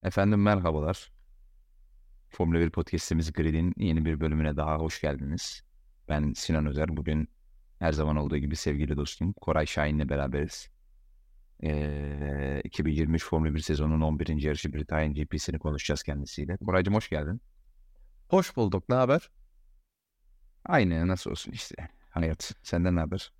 Efendim merhabalar. Formula 1 Podcast'imiz Grid'in yeni bir bölümüne daha hoş geldiniz. Ben Sinan Özer. Bugün her zaman olduğu gibi sevgili dostum Koray Şahin'le beraberiz. 2023 Formula 1 sezonunun 11. yarışı Britanya GP'sini konuşacağız kendisiyle. Koraycığım hoş geldin. Hoş bulduk. Ne haber? Aynı nasıl olsun işte. Hayat. Senden ne haber?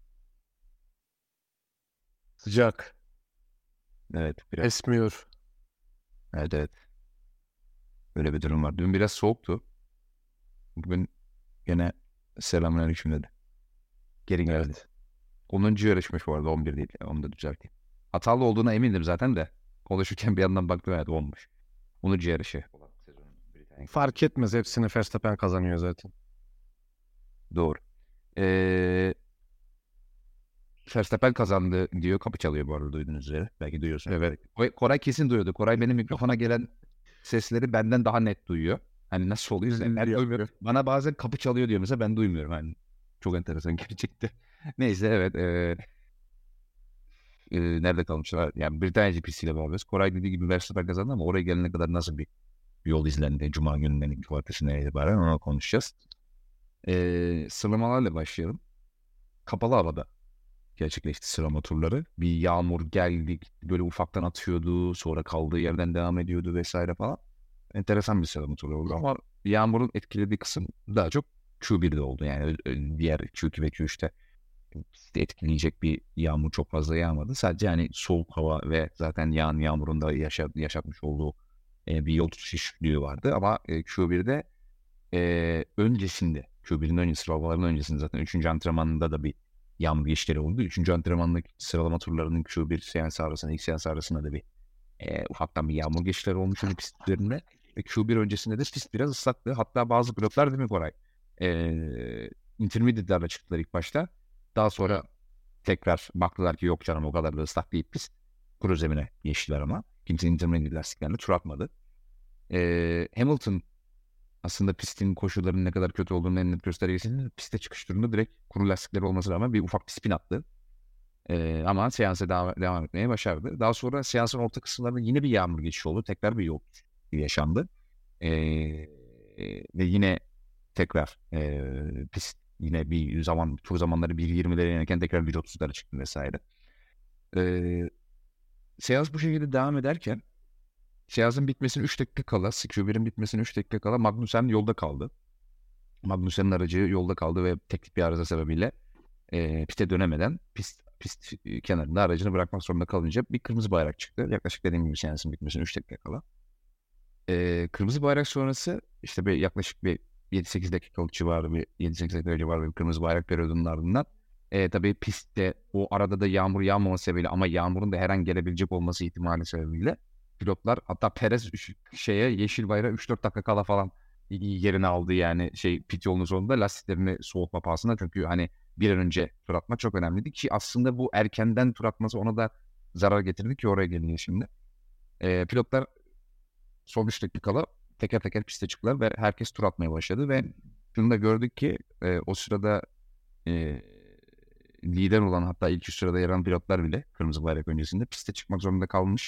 Sıcak. Evet biraz. Esmiyor. Evet evet. Böyle bir durum var. Dün biraz soğuktu. Bugün gene selamünaleyküm dedi. Geri geldi. Evet. 10. yarışmış bu arada 11 değil. Onu da düzelteyim. Hatalı olduğuna emindim zaten de. Konuşurken bir yandan baktım evet olmuş. 10. yarışı. Fark etmez. Hepsini Verstappen kazanıyor zaten. Doğru. Ee, Verstappen kazandı diyor. Kapı çalıyor bu arada duyduğunuz üzere. Belki duyuyorsun. Evet. Koray kesin duyuyordu. Koray benim mikrofona gelen sesleri benden daha net duyuyor. Hani nasıl oluyor? Ben duymuyorum. Bana bazen kapı çalıyor diyor mesela ben duymuyorum. Hani çok enteresan gerçekten. Neyse evet. Nerede kalmışlar? Yani Britanya GP'siyle beraberiz. Koray dediği gibi Verstappen kazandı ama oraya gelene kadar nasıl bir yol izlendi? Cuma gününden cumartesine itibaren onu konuşacağız. Sıralamalarla başlayalım. Kapalı havada gerçekleşti sıralama turları. Bir yağmur geldi, böyle ufaktan atıyordu, sonra kaldığı yerden devam ediyordu vesaire falan. Enteresan bir sıralama turu oldu ama yağmurun etkilediği kısım daha çok Q1'de oldu. Yani diğer Q2 ve Q3'te bizi etkileyecek bir yağmur çok fazla yağmadı. Sadece hani soğuk hava ve zaten yağan yağmurun da yaşatmış olduğu bir yol tutuş düşüklüğü vardı. Ama Q1'de öncesinde, Q1'in öncesi, sıralamaların öncesinde zaten 3. antrenmanında da bir yağmur geçişleri oldu. 3. antrenmanlık sıralama turlarının Q1 seansı arasında, ilk seans arasında da bir ufaktan bir yağmur geçişleri olmuş olup pist üzerinde. Ve Q1 öncesinde de pist biraz ıslaktı. Hatta bazı pilotlar değil mi Koray? Intermediate'lerle çıktılar ilk başta. Daha sonra tekrar baktılar ki yok canım o kadar da ıslak değil pist. Kuru zemine geçtiler ama. Kimse intermediate lastiklerle tur atmadı. Hamilton aslında pistin koşullarının ne kadar kötü olduğunu en net göstergesini piste çıkış turunda direkt kuru lastikleri olmasına rağmen bir ufak bir spin attı. Ama seansa devam etmeye başardı. Daha sonra seansın orta kısımlarında yine bir yağmur geçişi oldu. Tekrar bir yol yaşandı. Ee, Ve yine tekrar pist yine bir zaman tur zamanları 1.20'lere inerken tekrar 1.30'lara çıktı vesaire. Ee, Seans bu şekilde devam ederken seansın bitmesine 3 dakika kala, Q1'in bitmesine 3 dakika kala Magnussen yolda kaldı. Magnussen'in aracı yolda kaldı ve teknik bir arıza sebebiyle piste dönemeden pist kenarında aracını bırakmak zorunda kalınca bir kırmızı bayrak çıktı. Yaklaşık dediğim gibi seansın bitmesine 3 dakika kala. Kırmızı bayrak sonrası işte yaklaşık bir 7-8 dakikalık civarı bir 7-8 dakika civarı bir kırmızı bayrak periyodunun ardından tabii pistte o arada da yağmur yağmaması sebebiyle ama yağmurun da her an gelebilecek olması ihtimali sebebiyle pilotlar hatta Perez yeşil bayrağı 3-4 dakika kala falan yerini aldı yani pit yolunun sonunda lastiklerini soğutma pahasına çünkü hani bir an önce tur atmak çok önemliydi ki aslında bu erkenden tur atması ona da zarar getirdi ki oraya gelince şimdi. Pilotlar son 3 dakikala teker teker piste çıktılar ve herkes tur atmaya başladı ve şunu da gördük ki o sırada e, lider olan hatta ilk 3 sırada yer alan pilotlar bile kırmızı bayrak öncesinde piste çıkmak zorunda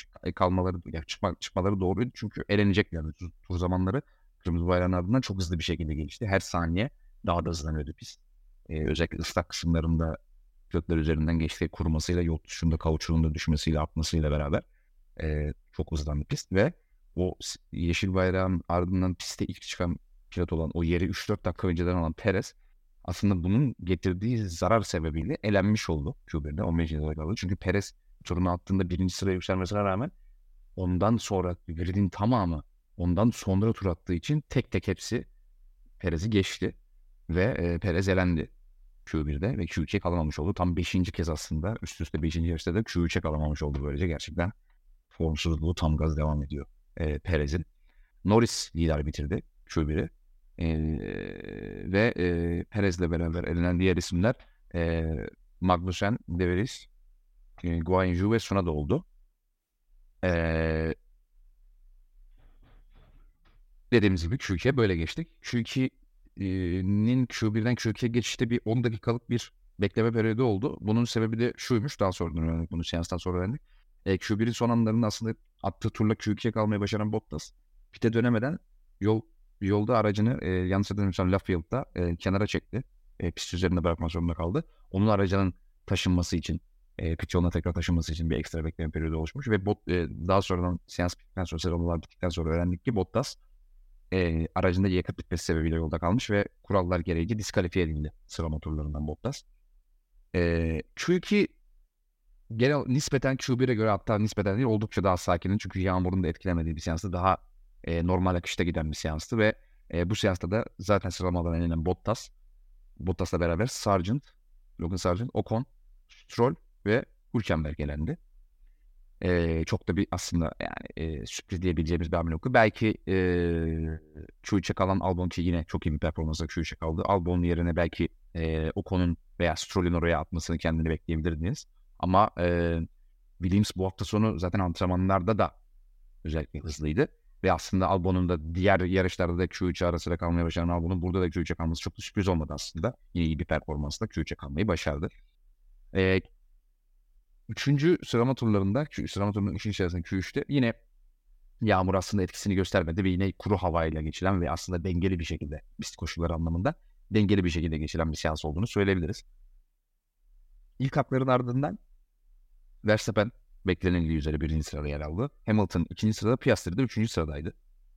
çıkmaları doğruydu çünkü eleneceklerdi. Tur zamanları kırmızı bayrağın ardından çok hızlı bir şekilde gelişti. Her saniye daha da hızlanıyordu pist. Özellikle ıslak kısımlarında pilotlar üzerinden geçtiği kurumasıyla yol tutuşunda kauçuğun da düşmesiyle artmasıyla beraber çok hızlandı pist ve o yeşil bayrağın ardından piste ilk çıkan pilot olan o yeri 3-4 dakika önceden alan Perez aslında bunun getirdiği zarar sebebiyle elenmiş oldu Q1'de 15. sırada kaldı. Çünkü Perez turunu attığında birinci sıraya yükselmesine rağmen ondan sonra gridin tamamı ondan sonra tur attığı için tek tek hepsi Perez'i geçti ve Perez elendi Q1'de ve Q2'ye kalamamış oldu. Tam 5. kez aslında üst üste 5. yarışta da Q3'e kalamamış oldu böylece. Gerçekten formsuzluğu tam gaz devam ediyor Perez'in. Norris lider bitirdi Q1'i. Ve Perez'le beraber elenen diğer isimler Magnussen, De Vries, Guan Yu ve Tsunoda oldu. Dediğimiz gibi Q2'ye böyle geçtik. Q2'nin Q1'den Q2'ye geçişte bir 10 dakikalık bir bekleme periyodu oldu. Bunun sebebi de şuymuş. Daha sonra öğrendik. Bunu seanstan sonra öğrendik. Q1'in son anlarında aslında attığı turla Q2'ye kalmayı başaran Bottas pite dönemeden yolda aracını yanlış hatırlamıyorsam Laffield'da kenara çekti. Pist üzerinde bırakmak zorunda kaldı. Onun aracının taşınması için pit yoluna tekrar taşınması için bir ekstra bekleme periyodu oluşmuş ve daha sonradan seans bittikten sonra, sezonlar bittikten sonra öğrendik ki Bottas aracında yakıt bitmesi sebebiyle yolda kalmış ve kurallar gereği diskalifiye edildi sıralama turlarından Bottas. Q2 nispeten Q1'e göre, hatta nispeten değil, oldukça daha sakindi. Çünkü yağmurun da etkilemediği bir seanstı. Daha normal akışta giden bir seanstı ve bu seansta da zaten sıralamadan elenen Bottas'la beraber Logan Sargent, Ocon, Stroll ve Hülkenberg elendi. Çok da bir aslında yani sürpriz diyebileceğimiz bir hamle yoktu. Belki Q3'e kalan Albon, ki yine çok iyi bir performansla Q3'e kaldı. Albon'un yerine belki Ocon'un veya Stroll'ün oraya atmasını kendini bekleyebilirdiniz. Ama Williams bu hafta sonu zaten antrenmanlarda da özellikle hızlıydı. Ve aslında Albon'un da diğer yarışlarda da Q3 arasında kalmaya başaran Albon'un burada da Q3'e kalması çok da sürpriz olmadı aslında. Yine iyi bir performansla Q3'e kalmayı başardı. Üçüncü sıralama turlarının üçüncü sırasında Q3'te yine yağmur aslında etkisini göstermedi ve yine kuru havayla geçilen ve aslında dengeli bir şekilde, pist koşulları anlamında dengeli bir şekilde geçilen bir seans olduğunu söyleyebiliriz. İlk hakların ardından Verstappen beklenildiği üzere birinci sırada yer aldı. Hamilton ikinci sırada, Piastri de üçüncü sıradaydı.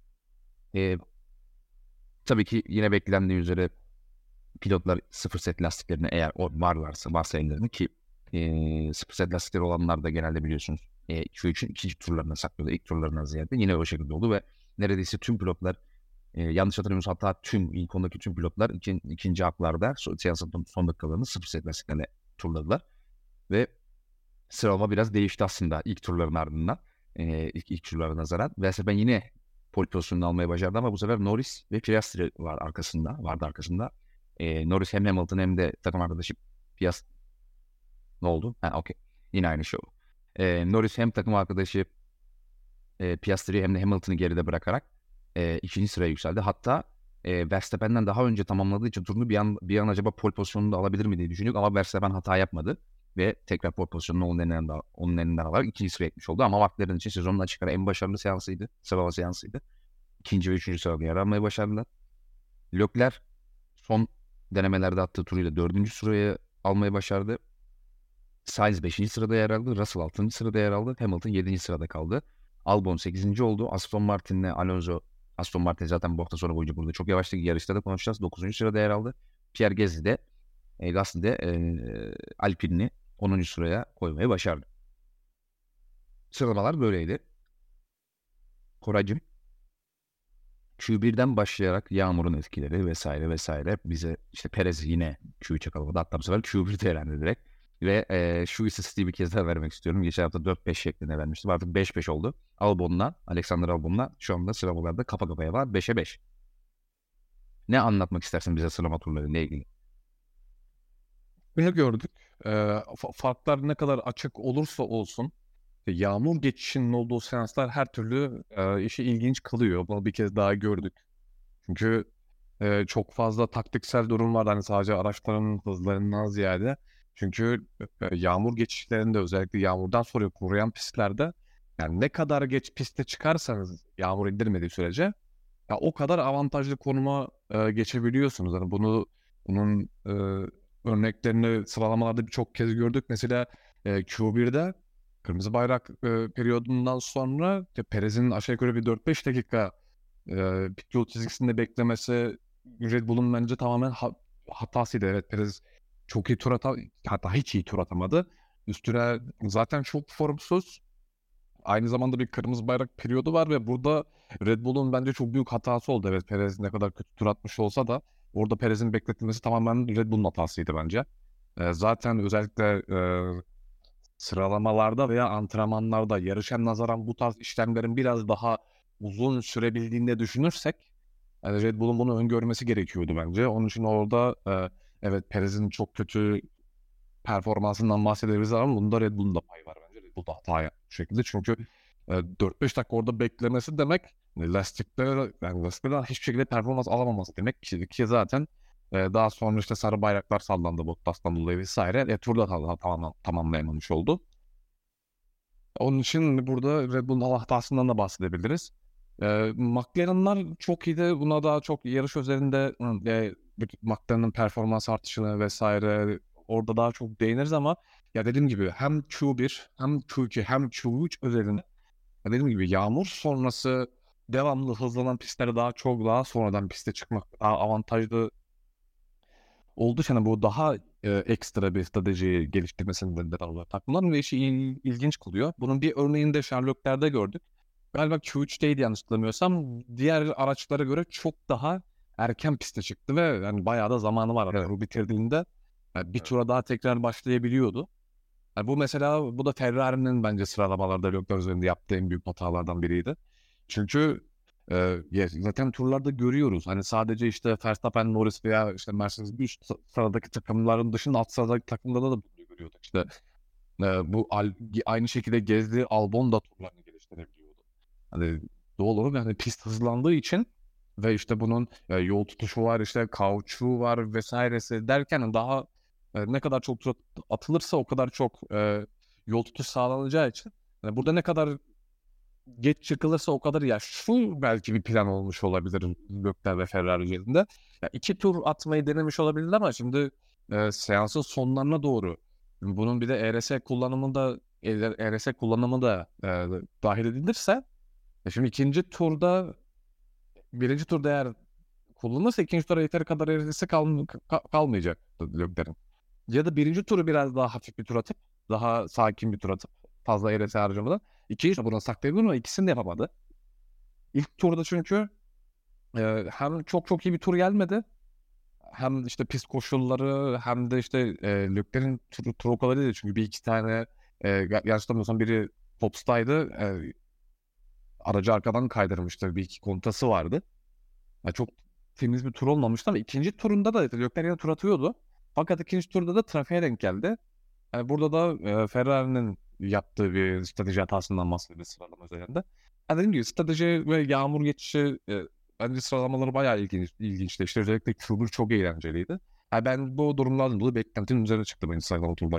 Tabii ki yine beklendiği üzere pilotlar sıfır set lastiklerini, eğer varsa ellerinde, ki sıfır set lastikleri olanlar da genelde biliyorsunuz Q3'ün ikinci turlarına saklıyordu. İlk turlarından ziyade yine o şekilde oldu ve neredeyse tüm pilotlar, yanlış hatırlamıyorsam hatta ilk ondaki tüm pilotlar ikinci haklarda seansın son dakikalarını sıfır set lastiklerle turladılar. Ve sıralama biraz değişti aslında ilk turların ardından. İlk turlara nazaran. Verstappen yine pole pozisyonunu almaya başardı ama bu sefer Norris ve Piastri vardı arkasında. Norris hem Hamilton hem de takım arkadaşı Piastri. Ne oldu? Okey. Yine aynı şey oldu. Norris hem takım arkadaşı Piastri'yi hem de Hamilton'ı geride bırakarak ikinci sıraya yükseldi. Hatta Verstappen'den daha önce tamamladığı için turnu bir an acaba pole pozisyonunu da alabilir mi diye düşündük ama Verstappen hata yapmadı ve tekrar pole pozisyonunu onun elinden alarak ikinci sıraya gitmiş oldu. Ama McLaren için sezonun açık ara en başarılı sıralama seansıydı. İkinci ve üçüncü sırada yer almayı başardılar. Leclerc son denemelerde attığı turuyla dördüncü sıraya almayı başardı. Sainz 5. sırada yer aldı. Russell 6. sırada yer aldı. Hamilton 7. sırada kaldı. Albon 8. oldu. Aston Martin zaten bu hafta sonu boyunca burada çok yavaştı. Yarışta da konuşacağız. 9. sırada yer aldı. Pierre Gasly de Alpine'i 10. sıraya koymayı başardı. Sıralamalar böyleydi. Koraycığım, Q1'den başlayarak yağmurun etkileri vesaire vesaire bize işte Perez yine Q3'e kalmadı. Hatta bu sefer Q1'de elendi direkt. Ve şu istatistiği bir kez daha vermek istiyorum. Geçen hafta 4-5 şeklinde vermiştim. Artık 5-5 oldu. Alexander Albon'la şu anda sıralamalarda kafa kafaya var. 5'e 5. Ne anlatmak istersin bize sıralama turlarıyla ilgili? Bunu gördük. Farklar ne kadar açık olursa olsun yağmur geçişinin olduğu seanslar her türlü işi ilginç kılıyor. Bunu bir kez daha gördük. Çünkü çok fazla taktiksel durum var. Hani sadece araçların hızlarından ziyade. Çünkü yağmur geçişlerinde, özellikle yağmurdan sonra kuruyan pistlerde, yani ne kadar geç piste çıkarsanız yağmur indirmediği sürece ya o kadar avantajlı konuma geçebiliyorsunuz. Hani bunun örneklerini sıralamalarda birçok kez gördük. Mesela Q1'de kırmızı bayrak periyodundan sonra Perez'in aşağı yukarı bir 4-5 dakika pit yol çizgisinde beklemesi Red Bull'un bence tamamen hatasıydı. Evet, Perez çok iyi hatta hiç iyi tur atamadı. Üstüne zaten çok formsuz. Aynı zamanda bir kırmızı bayrak periyodu var ve burada Red Bull'un bence çok büyük hatası oldu. Evet, Perez ne kadar kötü tur atmış olsa da orada Perez'in bekletilmesi tamamen Red Bull'un hatasıydı bence. Zaten özellikle sıralamalarda veya antrenmanlarda yarışa nazaran bu tarz işlemlerin biraz daha uzun sürebildiğini düşünürsek yani Red Bull'un bunu öngörmesi gerekiyordu bence. Onun için orada evet, Perez'in çok kötü performansından bahsedebiliriz ama bunda Red Bull'un da payı var bence. Red Bull da hata yapmış şekilde. Çünkü 4-5 dakika orada beklemesi demek lastiklerden hiçbir şekilde performans alamaması demek ki zaten daha sonra işte sarı bayraklar sallandı Bottas'tan dolayı vesaire. Turda tamamlayamamış oldu. Onun için burada Red Bull'un hatasından da bahsedebiliriz. McLaren'lar çok iyi de buna daha çok yarış üzerinde McLaren'ın performans artışını vesaire orada daha çok değiniriz ama ya dediğim gibi hem Q1 hem Q2 hem Q3 özelinde ya dediğim gibi yağmur sonrası devamlı hızlanan pistlere daha sonradan piste çıkmak daha avantajlı olduğu için bu daha ekstra bir strateji geliştirmesini de alıyor takımların ve işi ilginç kılıyor. Bunun bir örneğini de Sherlock'lerde gördük. Galiba Q3'teydi yanlış hatırlamıyorsam. Diğer araçlara göre çok daha erken piste çıktı ve yani bayağı da zamanı var. Evet. Bu bitirdiğinde yani bir tura daha tekrar başlayabiliyordu. Yani bu mesela bu da Ferrari'nin bence sıralamalarda Leclerc üzerinde yaptığı en büyük hatalardan biriydi. Çünkü zaten turlarda görüyoruz. Hani sadece işte Verstappen, Norris veya işte Mercedes üst sıradaki takımların dışında alt sıradaki takımlarda da bunu görüyorduk. İşte aynı şekilde gezdiği Albon da turlarını geliştirebiliyordu. Hani doğal olarak yani pist hızlandığı için ve işte bunun yol tutuşu var, işte kauçuğu var vesairesi derken daha ne kadar çok tur atılırsa o kadar çok yol tutuş sağlanacağı için yani burada ne kadar geç çıkılırsa o kadar ya şu belki bir plan olmuş olabilir Leclerc ve Ferrari üzerinde. Ya 2 tur atmayı denemiş olabilirler ama şimdi seansın sonlarına doğru bunun bir de ERS kullanımı da dahil edilirse şimdi birinci turda eğer kullanılırsa ikinci tura yeteri kadar ERS kalmayacak Leclerc'in. Ya da birinci turu biraz daha hafif bir tur atıp daha sakin bir tur atıp fazla ERS harcamadan ikinci tura buna saklayabilir ama ikisini de yapamadı. İlk turda çünkü hem çok çok iyi bir tur gelmedi hem işte pist koşulları hem de işte Leclerc'in turu o kadar değil çünkü bir iki tane yanlış hatırlamıyorsam biri Pops'taydı. Aracı arkadan kaydırmıştı. Bir iki kontası vardı. Yani çok temiz bir tur olmamıştı ama ikinci turunda da Leclerc yine tur atıyordu. Fakat ikinci turda da trafiğe denk geldi. Yani burada da Ferrari'nin yaptığı bir strateji hatasından bahsediyoruz sıralama üzerinde. Yani dediğim gibi strateji ve yağmur geçişi bence sıralamaları bayağı ilginçleşti. Özellikle Q1 çok eğlenceliydi. Yani ben bu durumlardan dolayı beklentinin üzerine çıktım bence sıralama turları.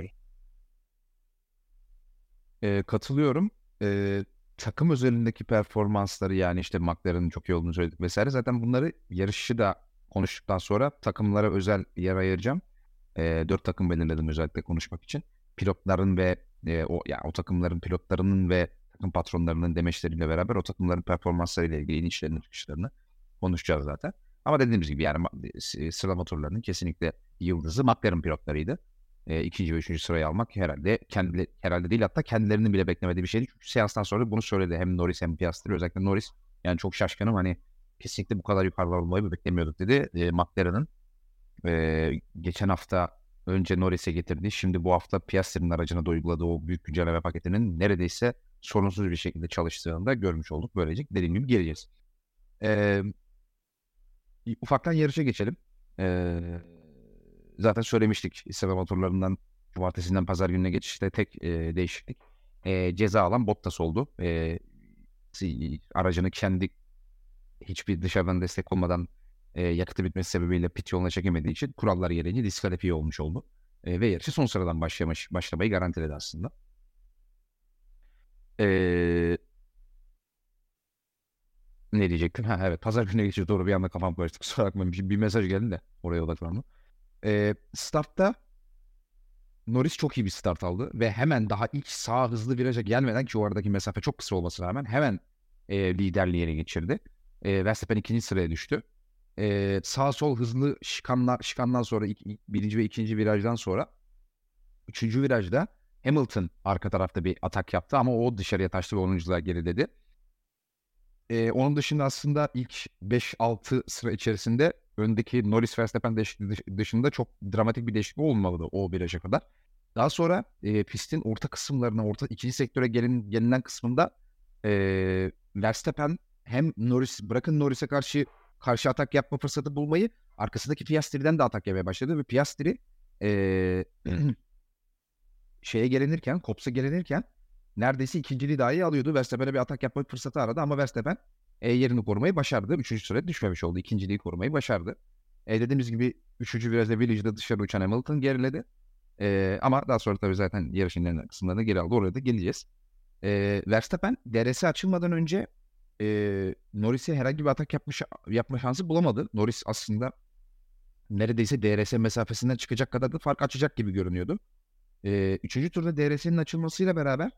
Katılıyorum. Takım özelindeki performansları yani işte McLaren'ın çok iyi olduğunu söyledik vesaire. Zaten bunları yarışı da konuştuktan sonra takımlara özel yer ayıracağım. 4 takım belirledim özellikle konuşmak için. Pilotların ve o takımların pilotlarının ve takım patronlarının demeçleriyle beraber o takımların performanslarıyla ilgili inişlerini çıkışlarını konuşacağız zaten. Ama dediğimiz gibi yani sıralama turlarının kesinlikle yıldızı McLaren pilotlarıydı. İkinci ve üçüncü sırayı almak herhalde değil hatta kendilerinin bile beklemediği bir şeydi. Çünkü seanstan sonra bunu söyledi hem Norris hem Piastri özellikle Norris yani çok şaşkınım hani kesinlikle bu kadar yukarıda olmayı beklemiyorduk dedi. McLaren'ın geçen hafta önce Norris'e getirdiği şimdi bu hafta Piastri'nin aracına da uyguladığı o büyük güncelleme paketinin neredeyse sorunsuz bir şekilde çalıştığını da görmüş olduk. Böylece dediğim gibi geleceğiz. E, Ufaktan yarışa geçelim. Zaten söylemiştik sıralama turlarından cumartesinden pazar gününe geçişte tek değişiklik ceza alan Bottas oldu. Aracını kendi hiçbir dışarıdan destek olmadan yakıtı bitmesi sebebiyle pit yoluna çekemediği için kurallar gereğince diskalifiye olmuş oldu. Ve yarışı son sıradan başlamayı garantiledi aslında. E, Ne diyecektim? Ha, evet pazar gününe geçiyor doğru bir anda kafam karıştı. Kusura bakmayın bir mesaj geldi de oraya odaklandım. Startta Norris çok iyi bir start aldı ve hemen daha ilk sağ hızlı viraja gelmeden ki o aradaki mesafe çok kısa olmasına rağmen hemen liderliği ele geçirdi. Verstappen ikinci sıraya düştü. Sağ sol hızlı şikandan sonra birinci ve ikinci virajdan sonra üçüncü virajda Hamilton arka tarafta bir atak yaptı ama o dışarıya taştı ve 10'uncular geriledi. Onun dışında aslında ilk 5-6 sıra içerisinde öndeki Norris Verstappen dışında çok dramatik bir değişiklik olmadı o viraja kadar. Daha sonra pistin orta kısımlarına, ikinci sektöre gelinen kısmında Verstappen hem bırakın Norris'e karşı atak yapma fırsatı bulmayı arkasındaki Piastri'den de atak yapmaya başladı ve Piastri Kops'a gelinirken neredeyse ikinciliği dahi alıyordu. Verstappen'e bir atak yapma fırsatı aradı ama Verstappen yerini korumayı başardı. Üçüncü sıraya düşmemiş oldu. İkinciliği korumayı başardı. Dediğimiz gibi üçüncü virajda Village'da dışarı uçan Hamilton geriledi. Ama daha sonra tabii zaten yarışın ilerleyen kısımlarına geri aldı. Oraya da geleceğiz. Verstappen DRS açılmadan önce Norris'e herhangi bir atak yapma şansı bulamadı. Norris aslında neredeyse DRS mesafesinden çıkacak kadar da fark açacak gibi görünüyordu. Üçüncü turda DRS'nin açılmasıyla beraber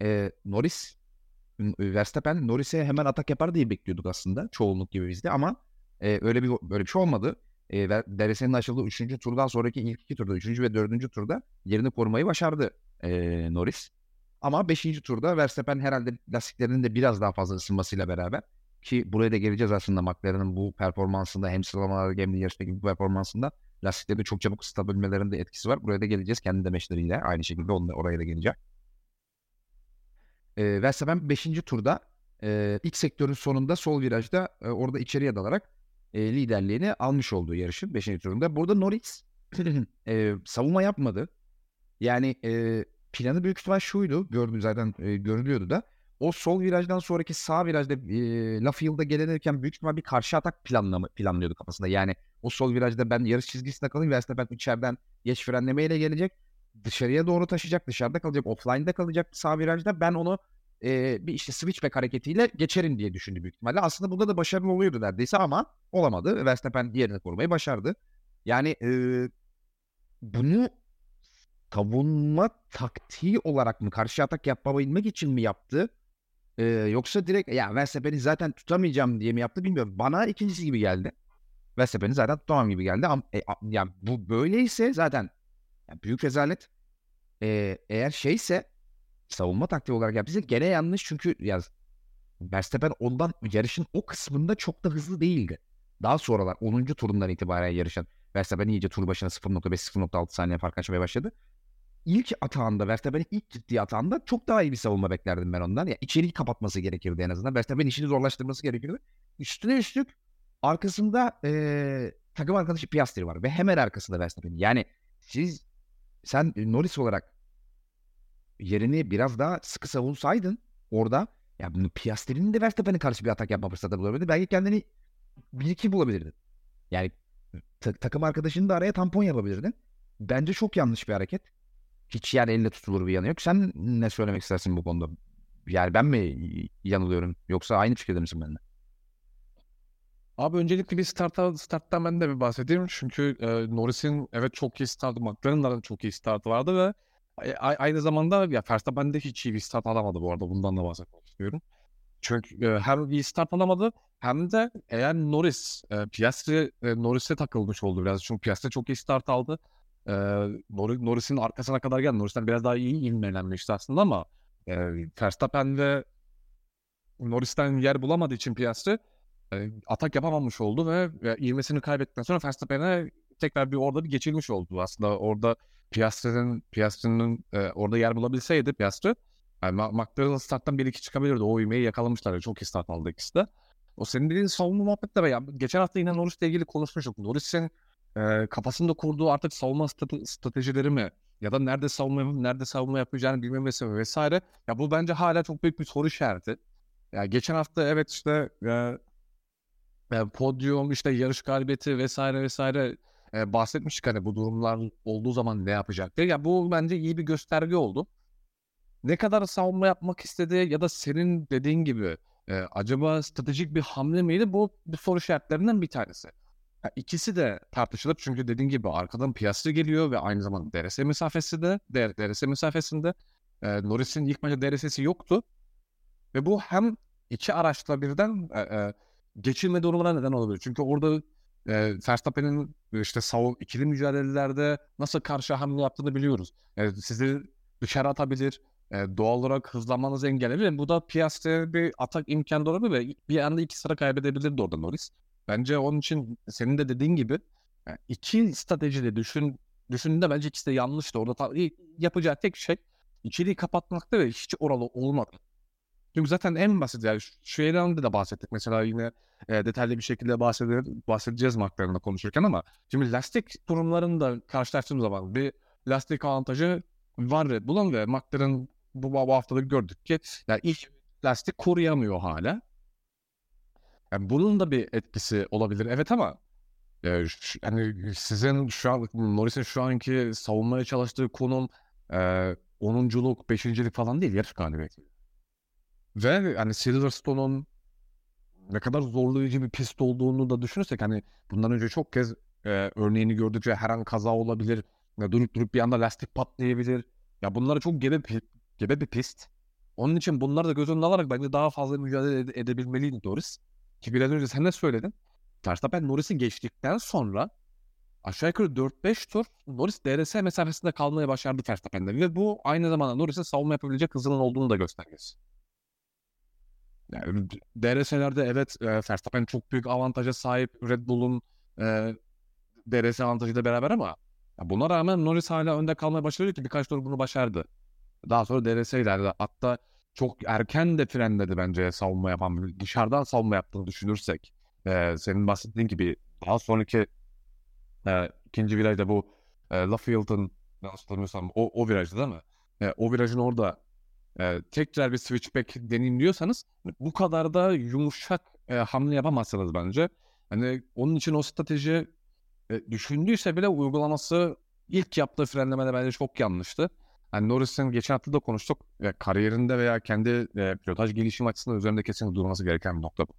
Verstappen Norris'e hemen atak yapar diye bekliyorduk aslında. Çoğunluk gibi bizde ama böyle bir şey olmadı. DRS'nin açıldığı 3. turdan sonraki ilk 2 turda 3. ve 4. turda yerini korumayı başardı Norris. Ama 5. turda Verstappen herhalde lastiklerinin de biraz daha fazla ısınmasıyla beraber, ki buraya da geleceğiz aslında, McLaren'ın bu performansında hem sıralamalarda hem de yarıştaki bu performansında lastikleri çok çabuk ısıtabilmelerinde etkisi var. Buraya da geleceğiz kendi demeçleriyle. Aynı şekilde oraya da geleceğim. Verstappen 5. turda ilk sektörün sonunda sol virajda orada içeriye dalarak liderliğini almış olduğu yarışın 5. turunda. Burada Norris savunma yapmadı. Yani planı büyük ihtimal şuydu. Zaten görülüyordu da. O sol virajdan sonraki sağ virajda Lafield'a gelinirken büyük ihtimal bir karşı atak planlıyordu kafasında. Yani o sol virajda ben yarış çizgisinde kalayım. Verstappen içeriden geç frenlemeyle gelecek. Dışarıya doğru taşıyacak. Dışarıda kalacak. Offline'da kalacak sağ virajda. Ben onu bir işte switchback hareketiyle geçerim diye düşündü büyük ihtimalle. Aslında burada da başarılı oluyordu neredeyse ama olamadı. Verstappen yerini korumayı başardı. Yani bunu savunma taktiği olarak mı, karşı atak yapabilmek için mi yaptı? Yoksa direkt ya Verstappen'i zaten tutamayacağım diye mi yaptı bilmiyorum. Bana ikincisi gibi geldi. Verstappen'i zaten tutamam gibi geldi. Yani bu böyleyse zaten yani büyük rezalet. Eğer şeyse, savunma taktiği olarak yaptıysa gene yanlış, çünkü ya Verstappen ondan yarışın o kısmında çok da hızlı değildi. Daha sonralar 10. turundan itibaren yarışan Verstappen iyice tur başına 0.5-0.6 saniye fark açmaya başladı. İlk atağında, Verstappen'in ilk gittiği atağında çok daha iyi bir savunma beklerdim ben ondan. Ya içeriği kapatması gerekirdi en azından. Verstappen'in işini zorlaştırması gerekirdi. Üstüne üstlük arkasında takım arkadaşı Piastri var ve hemen arkasında Verstappen. Yani sen Norris olarak yerini biraz daha sıkı savunsaydın orada, ya bunu Piastri'nin de Verstappen'e karşı bir atak yapma fırsatı bulabilirdi. Belki kendini 1-2 bulabilirdin. Yani takım arkadaşını da araya tampon yapabilirdin. Bence çok yanlış bir hareket. Hiç yani elle tutulur bir yanı yok. Sen ne söylemek istersin bu konuda? Yani ben mi yanılıyorum yoksa aynı fikirde misin benimle? Abi öncelikle bir starttan ben de bir bahsedeyim. Çünkü Norris'in evet çok iyi startı, McLaren'ların çok iyi startı vardı ve aynı zamanda ya Verstappen de hiç iyi bir start alamadı bu arada. Bundan da bahsetmek istiyorum. Çünkü hem iyi start alamadı hem de eğer Piastri Norris'e takılmış oldu biraz. Çünkü Piastri çok iyi start aldı. E, Norris'in arkasına kadar geldi. Norris'ten biraz daha iyi ivmelenmişti aslında ama Verstappen de Norris'ten yer bulamadığı için Piastri atak yapamamış oldu ve ivmesini kaybettikten sonra Verstappen'e tekrar orada bir geçilmiş oldu. Aslında orada Piastri'nin orada yer bulabilseydi Piastri, yani McLaren starttan 1-2 çıkabilirdi. O ivmeyi yakalamışlar. Çok iyi start aldı ikisi de. O senin dediğin savunma muhabbetleri ya. Geçen hafta yine Norris'le ilgili konuşmuştuk. Norris'in kafasında kurduğu artık savunma stratejileri mi? Ya da nerede savunma yapacağını bilmemesi mi vesaire. Ya bu bence hala çok büyük bir soru işareti. Ya geçen hafta evet işte podyum, işte yarış galibiyeti vesaire vesaire bahsetmiştik hani bu durumlar olduğu zaman ne yapacak diye. Ya bu bence iyi bir gösterge oldu. Ne kadar savunma yapmak istedi ya da senin dediğin gibi acaba stratejik bir hamle miydi? Bu soru işaretlerinden bir tanesi. Ya ikisi de tartışılır çünkü dediğin gibi arkadan Piastri geliyor ve aynı zamanda DRS mesafesinde Norris'in ilk başta DRS'si yoktu ve bu hem iki araçla birden geçilme durumuna neden olabilir. Çünkü orada Verstappen'in işte ikili mücadelelerde nasıl karşı hamle yaptığını biliyoruz. Sizi dışarı atabilir, doğal olarak hızlanmanızı engelleyebilir. Bu da Piastri'ye bir atak imkanı da olabilir ve bir anda 2 sıra kaybedebilirdi orada Norris. Bence onun için senin de dediğin gibi iki stratejide düşündüğünde bence ikisi de yanlıştı. Orada yapacağı tek şey ikiliyi kapatmakta ve hiç oralı olmadı. Çünkü zaten en basit yani şu yerden de bahsettik. Mesela yine detaylı bir şekilde bahsedeceğiz McLaren'la konuşurken ama şimdi lastik durumlarında karşılaştığımız zaman bir lastik avantajı var Red Bull'un ve McLaren bu haftada gördük ki yani ilk lastik koruyamıyor hala. Yani bunun da bir etkisi olabilir evet ama yani sizin şu an Norris'in şu anki savunmaya çalıştığı konum 10'unculuk, 5.'lik falan değil yarış galibiyeti. Ve hani Silverstone'un ne kadar zorlayıcı bir pist olduğunu da düşünürsek hani bundan önce çok kez örneğini gördük ve her an kaza olabilir. Ya durup durup bir anda lastik patlayabilir. Ya bunlara çok gebe bir pist. Onun için bunları da göz önüne alarak bence daha fazla mücadele edebilmeliydi Norris. Ki biraz önce sen de söyledin. Verstappen Norris'i geçtikten sonra aşağı yukarı 4-5 tur Norris DRS mesafesinde kalmaya başardı Verstappen'den. Ve bu aynı zamanda Norris'in savunma yapabilecek hızının olduğunu da göstergesi. Yani DRS'lerde evet Verstappen çok büyük avantaja sahip Red Bull'un DRS avantajıyla beraber ama ya buna rağmen Norris hala önde kalmaya başarıyor ki birkaç tur bunu başardı. Daha sonra DRS ilerledi. Hatta çok erken de frenledi bence savunma yapan. Dışarıdan savunma yaptığını düşünürsek. Senin bahsettiğin gibi daha sonraki ikinci virajda bu Lafayette'ın yanlış hatırlamıyorsam o virajda değil mi? O virajın orada tekrar bir switchback deneyimliyorsanız bu kadar da yumuşak hamle yapamazsınız bence. Hani onun için o strateji düşündüyse bile uygulaması ilk yaptığı frenlemede bence çok yanlıştı. Hani Norris'in geçen hafta da konuştuk. Kariyerinde veya kendi pilotaj gelişim açısından üzerinde kesin durması gereken bir nokta bu.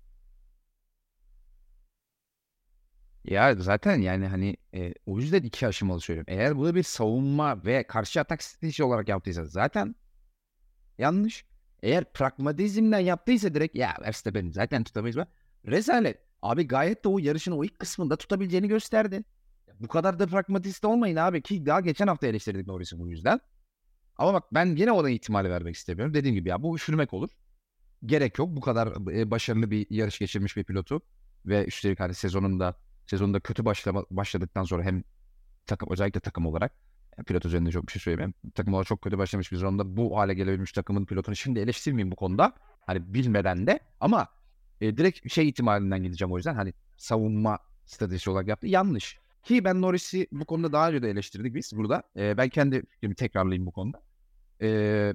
Ya zaten yani hani o yüzden iki aşamalı söylüyorum. Eğer bunu bir savunma ve karşı atak stratejisi olarak yaptıysa zaten yanlış. Eğer pragmatizmden yaptıysa direkt ya Verstappen'i zaten tutamayız mı? Rezalet. Abi gayet de o yarışın o ilk kısmında tutabileceğini gösterdi. Bu kadar da pragmatist olmayın abi ki daha geçen hafta eleştirdik Norris'i bu yüzden. Ama bak ben gene ona ihtimali vermek istemiyorum. Dediğim gibi ya bu üşürmek olur. Gerek yok. Bu kadar başarılı bir yarış geçirmiş bir pilotu ve üstelik hani sezonunda kötü başladıktan sonra hem takım özellikle takım olarak pilot üzerinde çok bir şey söyleyeyim. Takım olarak çok kötü başlamış bir sezonda bu hale gelebilmiş takımın pilotunu şimdi eleştirmeyeyim bu konuda. Hani bilmeden de ama direkt şey ihtimalinden gideceğim o yüzden. Hani savunma stratejisi olarak yaptı. Yanlış. Ki ben Norris'i bu konuda daha önce de eleştirdik biz burada. Ben kendi fikrimi tekrarlayayım bu konuda. E,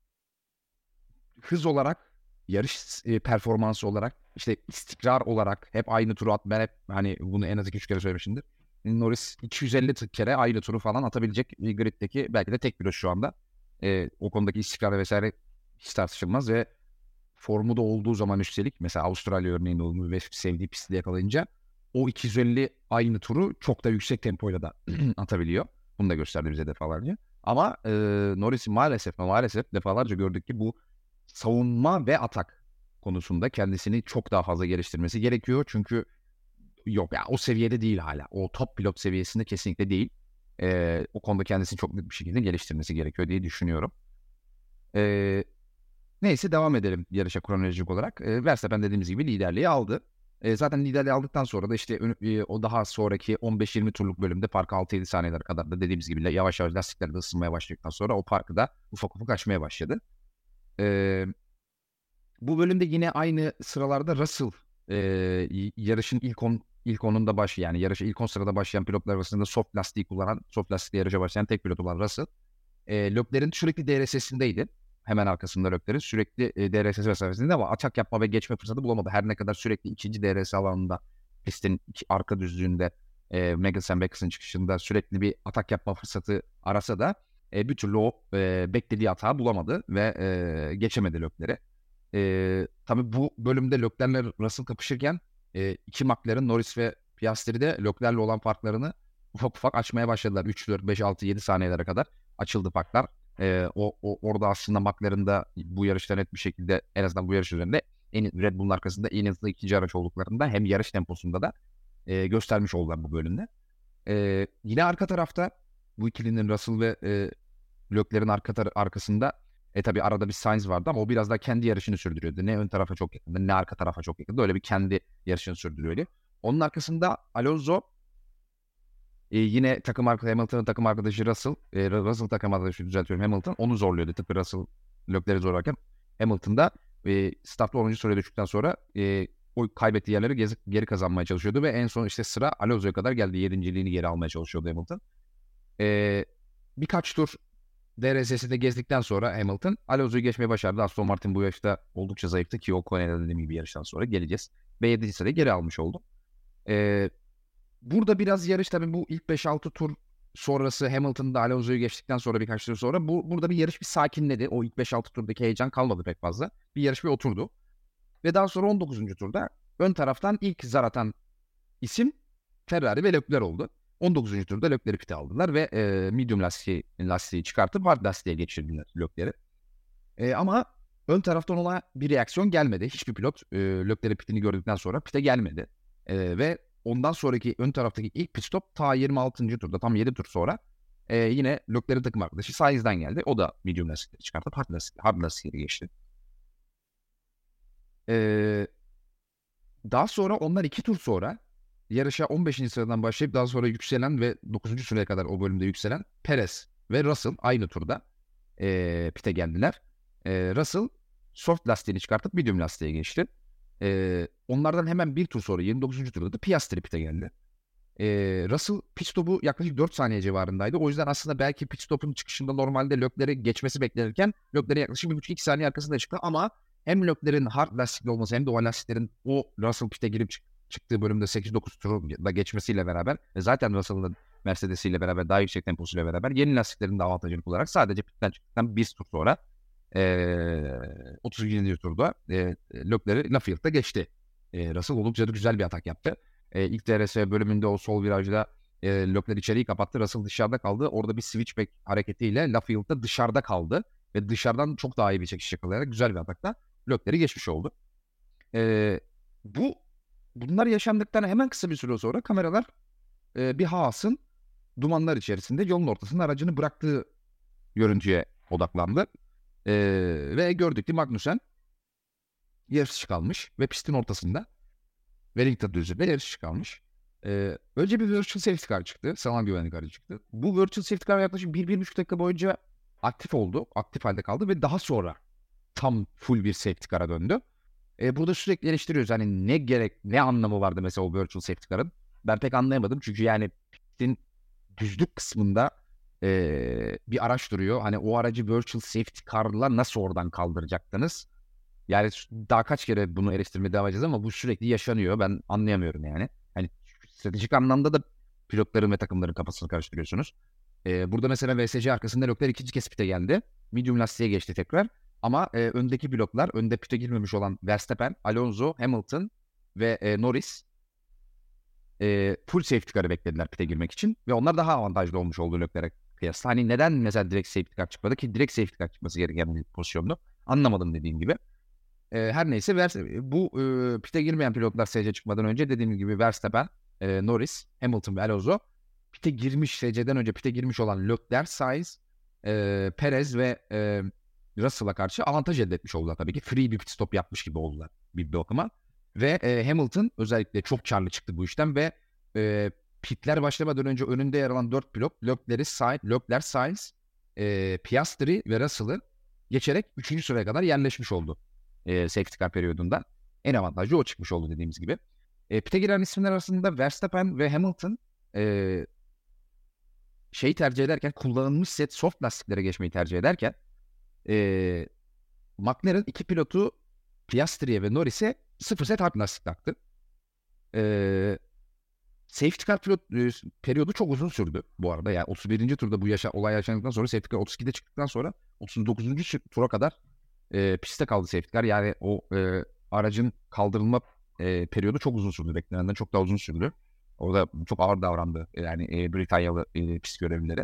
Hız olarak, yarış performansı olarak, işte istikrar olarak hep aynı turu ben hep hani bunu en az 2-3 kere söylemişimdir. Norris 250 kere aynı turu falan atabilecek bir griddeki belki de tek pilot şu anda. O konudaki istikrar vesaire hiç tartışılmaz ve formu da olduğu zaman üstelik mesela Avustralya örneğinde olduğu ve sevdiği pisti yakalayınca o 250 aynı turu çok da yüksek tempoyla da atabiliyor. Bunu da gösterdi bize defalarca. Ama Norris'i maalesef defalarca gördük ki bu savunma ve atak konusunda kendisini çok daha fazla geliştirmesi gerekiyor. Çünkü yok ya o seviyede değil hala. O top pilot seviyesinde kesinlikle değil. O konuda kendisini çok net bir şekilde geliştirmesi gerekiyor diye düşünüyorum. Neyse devam edelim yarışa kronolojik olarak. Verstappen dediğimiz gibi liderliği aldı. Zaten liderliği aldıktan sonra da işte o daha sonraki 15-20 turluk bölümde farkı 6-7 saniyeler kadar da dediğimiz gibi yavaş yavaş lastikler de ısınmaya başladıktan sonra o farkı da ufak ufak açmaya başladı. Ee, Bu bölümde yine aynı sıralarda Russell yarışın ilk onunda yani yarışa ilk 10 sırada başlayan pilotlar arasında soft lastikle yarışa başlayan tek pilot olan Russell. Leclerc'in sürekli DRS'sindeydi. Hemen arkasında Leclerc'in sürekli DRS mesafesinde ama atak yapma ve geçme fırsatı bulamadı. Her ne kadar sürekli ikinci DRS alanında pistin arka düzlüğünde Magnussen Beckes'in çıkışında sürekli bir atak yapma fırsatı arasa da bir türlü o beklediği hata bulamadı ve geçemedi Leclerc'i. Tabii bu bölümde Leclerc'le Russell kapışırken iki McLaren, Norris ve Piastri de Leclerc'le olan farklarını ufak ufak açmaya başladılar. 3, 4, 5, 6, 7 saniyelere kadar açıldı farklar. Orada aslında McLaren'da bu yarışta net bir şekilde en azından bu yarış üzerinde Red Bull'un arkasında en hızlı ikinci araç olduklarında hem yarış temposunda da göstermiş oldular bu bölümde. Yine arka tarafta bu ikilinin Russell ve Leclerc'in arkasında tabii arada bir Sainz vardı ama o biraz daha kendi yarışını sürdürüyordu. Ne ön tarafa çok yakındı ne arka tarafa çok yakındı. Öyle bir kendi yarışını sürdürüyordu. Onun arkasında Alonso yine Hamilton'ın takım arkadaşı Russell takım arkadaşı düzeltiyorum Hamilton onu zorluyordu. Tıpkı Russell Leclerc'i zorlarken Hamilton da startta 10. sıraya düştükten sonra o kaybettiği yerleri geri kazanmaya çalışıyordu ve en son işte sıra Alonso'ya kadar geldi. 7.liğini geri almaya çalışıyordu Hamilton. Birkaç tur DRS'de gezdikten sonra Hamilton Alonso'yu geçmeyi başardı. Aston Martin bu yarışta oldukça zayıftı ki o Kone'de dediğim gibi yarıştan sonra geleceğiz. Ve 7. sırayı geri almış oldu. Burada biraz yarış tabii bu ilk 5-6 tur sonrası Hamilton'da Alonso'yu geçtikten sonra birkaç tur sonra burada bir yarış bir sakinledi. O ilk 5-6 turdaki heyecan kalmadı pek fazla. Bir yarış bir oturdu. Ve daha sonra 19. turda ön taraftan ilk zar atan isim Ferrari ve Leclerc oldu. 19. turda Leclerc'i pite aldılar ve medium lastiği çıkartıp hard lastiğe geçirdiler Leclerc'i. Ama ön taraftan ona bir reaksiyon gelmedi. Hiçbir pilot Leclerc'in pitini gördükten sonra pite gelmedi. Ve ondan sonraki ön taraftaki ilk pit stop ta 26. turda tam 7 tur sonra yine Leclerc'in takım arkadaşı Sainz'den geldi. O da medium lastikleri çıkartıp hard lastikleri geçti. Daha sonra onlar 2 tur sonra yarışa 15. sıradan başlayıp daha sonra yükselen ve 9. sıraya kadar o bölümde yükselen Perez ve Russell aynı turda pite geldiler. Russell soft lastiğini çıkartıp medium lastiğe geçti. Onlardan hemen bir tur sonra 29. turda da Piastri pite geldi. Russell pit stopu yaklaşık 4 saniye civarındaydı. O yüzden aslında belki pit stopun çıkışında normalde Leclerc'i geçmesi beklenirken Leclerc'in yaklaşık 1,5-2 saniye arkasında çıktı ama hem Leclerc'in hard lastikli olması hem de o lastiklerin o Russell pit'e girip çıktığı bölümde 8-9 turda geçmesiyle beraber zaten Russell'ın Mercedes'iyle beraber daha yüksek temposuyla beraber yeni lastiklerin de avantajını kullanarak sadece pit'ten çıktıktan bir tur sonra 37. turda Leclerc'i Lafayette'da geçti. Russell oldukça da güzel bir atak yaptı. İlk DRS bölümünde o sol virajda Leclerc içeriği kapattı. Russell dışarıda kaldı. Orada bir switchback hareketiyle Lafayette dışarıda kaldı. Ve dışarıdan çok daha iyi bir çekiş yakalayarak güzel bir atakla Leclerc'i geçmiş oldu. Bunlar yaşandıktan hemen kısa bir süre sonra kameralar bir Haas'ın dumanlar içerisinde yolun ortasında aracını bıraktığı görüntüye odaklandı. Ve gördük ki Magnussen yarış kalmış ve pistin ortasında Wellington düzlüğünde yarış kalmış. Önce bir virtual safety car çıktı. Sanal güvenlik aracı çıktı. Bu virtual safety car yaklaşık 1-1,5 dakika boyunca aktif oldu. Aktif halde kaldı ve daha sonra tam full bir safety car'a döndü. Burada sürekli eleştiriyoruz. Hani ne anlamı vardı mesela o virtual safety car'ın? Ben pek anlayamadım. Çünkü yani pistin düzlük kısmında bir araç duruyor. Hani o aracı virtual safety car'la nasıl oradan kaldıracaktınız? Yani daha kaç kere bunu eleştirmeye devam edeceğiz ama bu sürekli yaşanıyor. Ben anlayamıyorum yani. Hani stratejik anlamda da pilotların ve takımların kafasını karıştırıyorsunuz. Burada mesela VSC arkasında Leclerc ikinci kez pite geldi. Medium lastiğe geçti tekrar. Ama öndeki pilotlar, önde pite girmemiş olan Verstappen, Alonso, Hamilton ve Norris full safety car'ı beklediler pite girmek için. Ve onlar daha avantajlı olmuş oldu Leclerc'e kıyasla. Hani neden mesela direkt safety car çıkmadı ki direkt safety car çıkması gereken bir pozisyondu. Anlamadım dediğim gibi. Her neyse bu pite girmeyen pilotlar SC çıkmadan önce dediğim gibi Verstappen, Norris, Hamilton ve Alonso pite girmiş, SC'den önce pite girmiş olan Leclerc, Sainz, Perez ve Russell'a karşı avantaj elde etmiş oldular tabii ki. Free bir pit stop yapmış gibi oldular bir bakıma. Ve Hamilton özellikle çok karlı çıktı bu işten ve pitler başlamadan önce önünde yer alan 4 pilot Leclerc, Sainz, Piastri ve Russell'ı geçerek 3. sıraya kadar yerleşmiş oldu. Safety car periyodunda. En avantajlı o çıkmış oldu dediğimiz gibi. Pite giren isimler arasında Verstappen ve Hamilton tercih ederken kullanılmış set soft lastiklere geçmeyi tercih ederken McLaren iki pilotu Piastri'ye ve Norris'e 0 set hard lastik taktı. Safety car periyodu çok uzun sürdü bu arada. Yani 31. turda bu olay yaşandıktan sonra safety car 32'de çıktıktan sonra 39. tura kadar pistte kaldı safety car. Yani o aracın kaldırılma periyodu çok uzun sürdü. Beklenenden çok daha uzun sürdü. Orada çok ağır davrandı yani Britanyalı pist görevlileri.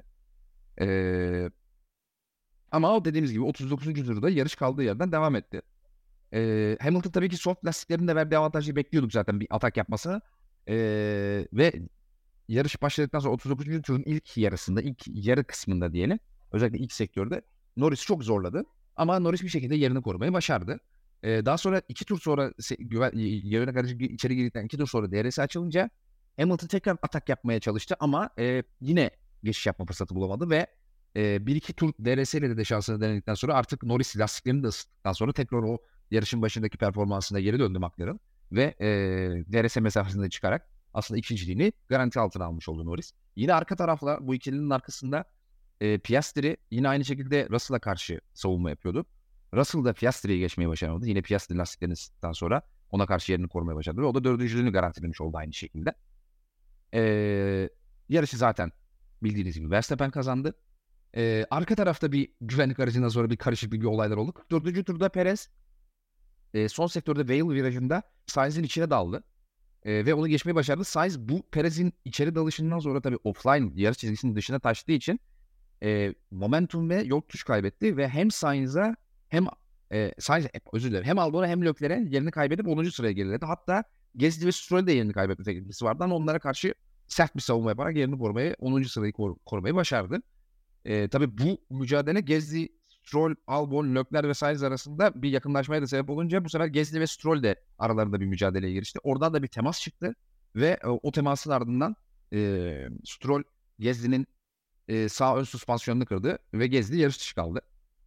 Ama o dediğimiz gibi 39. turda yarış kaldığı yerden devam etti. Hamilton tabii ki soft lastiklerin de verdiği avantajı bekliyorduk zaten bir atak yapmasını. Ve yarış başladıktan sonra 39. turun ilk yarı kısmında diyelim. Özellikle ilk sektörde Norris çok zorladı. Ama Norris bir şekilde yerini korumayı başardı. Daha sonra 2 tur sonra yarına karşı içeri girdikten 2 tur sonra DRS açılınca Hamilton tekrar atak yapmaya çalıştı ama yine geçiş yapma fırsatı bulamadı ve 1-2 tur DRS ile de şansını denedikten sonra artık Norris lastiklerini de ısıttıktan sonra tekrar o yarışın başındaki performansına geri döndü McLaren ve DRS mesafesinde çıkarak aslında ikinciliğini garanti altına almış oldu Norris. Yine arka tarafla bu ikilinin arkasında Piastri yine aynı şekilde Russell'a karşı savunma yapıyordu. Russell da Piastri'yi geçmeyi başaramadı. Yine Piastri lastiklerini ısıttıktan sonra ona karşı yerini korumaya başardı ve o da dördüncülüğünü garantilemiş oldu aynı şekilde. Yarışı zaten bildiğiniz gibi Verstappen kazandı. Arka tarafta bir güvenlik aracından sonra bir karışıklık, bir olaylar oldu. 44. turda Perez son sektörde Vale virajında Sainz'in içine daldı. Ve onu geçmeyi başardı. Sainz bu Perez'in içeri dalışından sonra tabii offline yarış çizgisinin dışına taştığı için momentum ve yol tutuş kaybetti ve hem Sainz'a hem Sainz, özür dilerim, hem Albon'a hem Leclerc'e yerini kaybedip 10. sıraya geriledi. Hatta Gasly ve Stroll'e de yerini kaybetme tehlikesi vardı ama onlara karşı sert bir savunma yaparak yerini korumayı, 10. sırayı korumayı başardı. Tabii bu mücadele Gasly, Stroll, Albon, Leclerc ve Sainz arasında bir yakınlaşmaya da sebep olunca bu sefer Gasly ve Stroll de aralarında bir mücadeleye girişti. Oradan da bir temas çıktı ve o temasın ardından Stroll Gasly'nin sağ ön süspansiyonunu kırdı ve Gasly yarış dışı kaldı.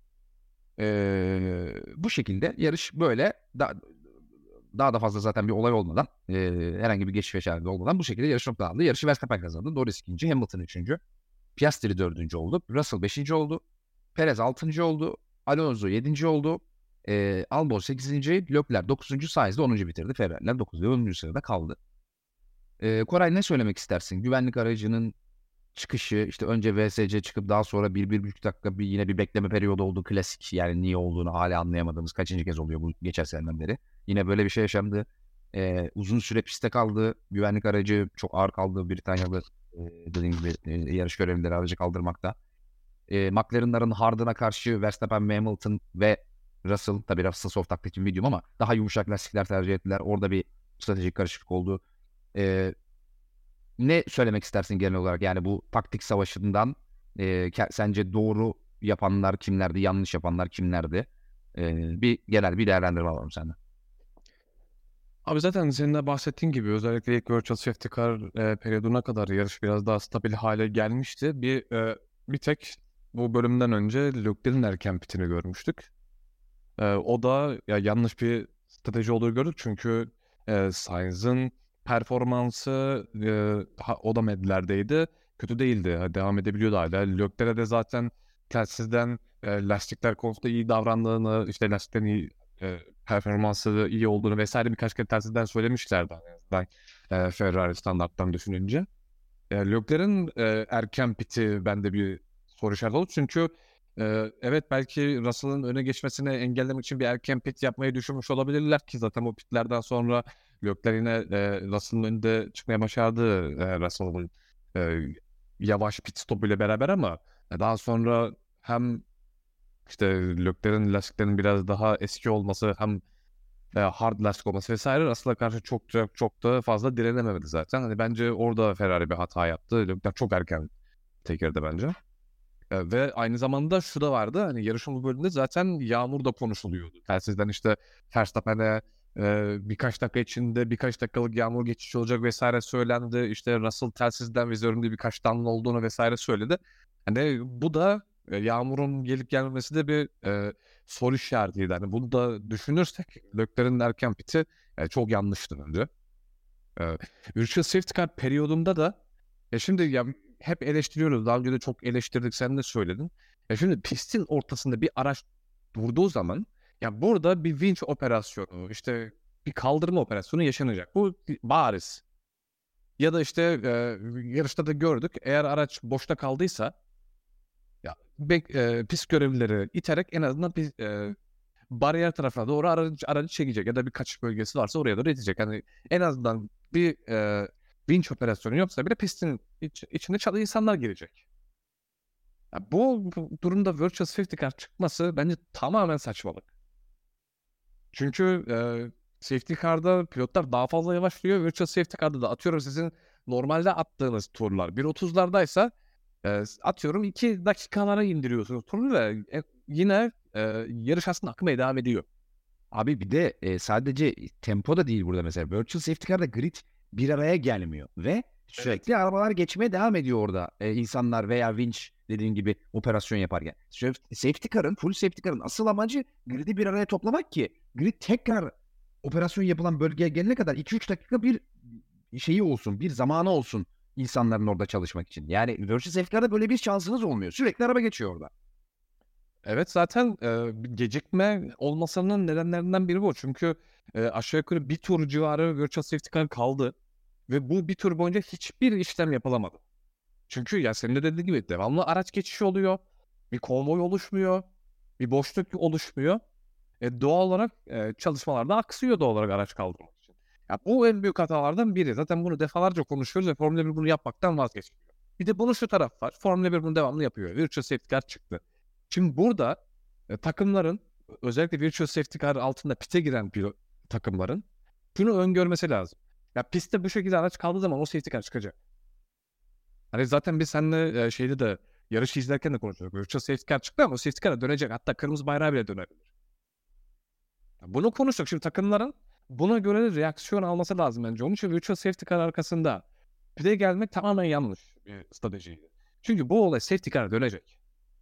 Bu şekilde yarış böyle daha da fazla zaten bir olay olmadan, herhangi bir geçiş vesaire olmadan bu şekilde yarış noktalandı. Yarışı Verstappen kazandı. Norris 2. Hamilton 3. Piastri 4. oldu. Russell 5. oldu. Perez 6. oldu. Alonso 7. oldu. Albon 8. Leclerc 9. Sainz de 10. bitirdi. Ferrari'ler 9. ve 10. sırada kaldı. Koray, ne söylemek istersin? Güvenlik aracının çıkışı, işte önce VSC çıkıp daha sonra 1-1,5 dakika yine bir bekleme periyodu oldu. Klasik, yani niye olduğunu hala anlayamadığımız kaçıncı kez oluyor bu geçen seneden beri. Yine böyle bir şey yaşandı. Uzun süre pistte kaldı. Güvenlik aracı çok ağır kaldı. Britanyalı dediğim gibi yarış görevlileri aracı kaldırmakta. McLaren'ların hardına karşı Verstappen, Hamilton ve Russell, tabii Russell soft taktik için medium ama daha yumuşak lastikler tercih ettiler. Orada bir stratejik karışıklık oldu. Ne söylemek istersin genel olarak? Yani bu taktik savaşından sence doğru yapanlar kimlerdi, yanlış yapanlar kimlerdi? Bir genel bir değerlendirme alalım senden. Abi zaten senin de bahsettiğin gibi özellikle ilk Virtual Safety Car periyoduna kadar yarış biraz daha stabil hale gelmişti. Bir tek bu bölümden önce Leclerc'in erken pitini görmüştük. O da ya yanlış bir strateji olduğunu gördük çünkü Sainz'ın performansı o da medlerdeydi. Kötü değildi. Devam edebiliyordu hala. Leclerc'e de zaten telsizden lastikler konusunda iyi davrandığını, işte lastiklerin iyi performansı iyi olduğunu vesaire birkaç kere telsizden söylemişlerdi. Yani Ferrari standarttan düşününce. Leclerc'in erken piti bende bir soru işareti oldu. Çünkü evet belki Russell'ın öne geçmesini engellemek için bir erken pit yapmayı düşünmüş olabilirler ki zaten o pitlerden sonra Leclerc yine Russell'ın önünde çıkmaya başardı. Russell'ın yavaş pit stopuyla beraber ama daha sonra hem işte Leclerc'in lastiklerinin biraz daha eski olması hem hard lastik olması vesaire Russell'a karşı çok da fazla direnememedi zaten. Hani bence orada Ferrari bir hata yaptı. Leclerc çok erken tekerdi bence. Ve aynı zamanda şu da vardı. Hani yarışın bu bölümünde zaten yağmur da konuşuluyordu. Telsizden işte Verstappen'e birkaç dakika içinde birkaç dakikalık yağmur geçişi olacak vesaire söylendi. İşte Russell telsizden vizöründe birkaç damla olduğunu vesaire söyledi. Hani bu da yağmurun gelip gelmemesi de bir soru işaretiydi. Hani bunu da düşünürsek Leclerc'in erken piti çok yanlıştı bence. Virtual Safety Car periyodunda da şimdi ya hep eleştiriyoruz. Daha önce de çok eleştirdik. Sen de söyledin. Şimdi pistin ortasında bir araç durduğu zaman ya burada bir vinç operasyonu, işte bir kaldırma operasyonu yaşanacak. Bu bariz. Ya da işte yarışta da gördük. Eğer araç boşta kaldıysa ya pist görevlileri iterek en azından bir bariyer tarafına doğru aracı çekecek ya da bir kaçış bölgesi varsa oraya doğru itecek. Yani en azından bir vinç operasyonu yoksa bile pistin içinde çalı insanlar girecek. Ya bu durumda Virtual Safety Car çıkması bence tamamen saçmalık. Çünkü Safety Car'da pilotlar daha fazla yavaşlıyor. Virtual Safety Car'da da atıyorum sizin normalde attığınız turlar 1.30'lardaysa atıyorum 2 dakikalara indiriyorsunuz turu ve yine yarış aslında akmaya devam ediyor. Abi bir de sadece tempo da değil burada mesela. Virtual Safety Car'da grid bir araya gelmiyor ve sürekli arabalar geçmeye devam ediyor orada. İnsanlar veya winch dediğin gibi operasyon yaparken. Full Safety Car'ın asıl amacı grid'i bir araya toplamak ki grid tekrar operasyon yapılan bölgeye gelene kadar 2-3 dakika bir şeyi olsun, bir zamanı olsun insanların orada çalışmak için. Yani Virtual Safety Car'da böyle bir şansınız olmuyor. Sürekli araba geçiyor orada. Evet zaten gecikme olmasının nedenlerinden biri bu. Çünkü aşağı yukarı bir tur civarı Virtual Safety Car kaldı. Ve bu bir tur boyunca hiçbir işlem yapılamadı. Çünkü ya senin de dediğin gibi devamlı araç geçişi oluyor. Bir konvoy oluşmuyor. Bir boşluk oluşmuyor. Doğal olarak çalışmalarda aksıyor doğal olarak araç kaldırmak için. Ya bu en büyük hatalardan biri. Zaten bunu defalarca konuşuyoruz ve Formula 1 bunu yapmaktan vazgeçmiyor. Bir de bunun şu taraf var. Formula 1 bunu devamlı yapıyor. Virtual Safety Car çıktı. Şimdi burada takımların özellikle Virtual Safety Car altında pite giren takımların şunu öngörmesi lazım. Ya pistte bu şekilde araç kaldığı zaman o safety car çıkacak. Hani zaten biz seninle şeyde de yarışı izlerken de konuşuyorduk. Virtual Safety Car çıktı ama o safety car'a dönecek. Hatta kırmızı bayrağı bile dönebilir. Bunu konuştuk. Şimdi takımların buna göre reaksiyon alması lazım bence. Onun için Virtual Safety Car arkasında pite gelmek tamamen yanlış bir stratejiydi. Çünkü bu olay safety car'a dönecek.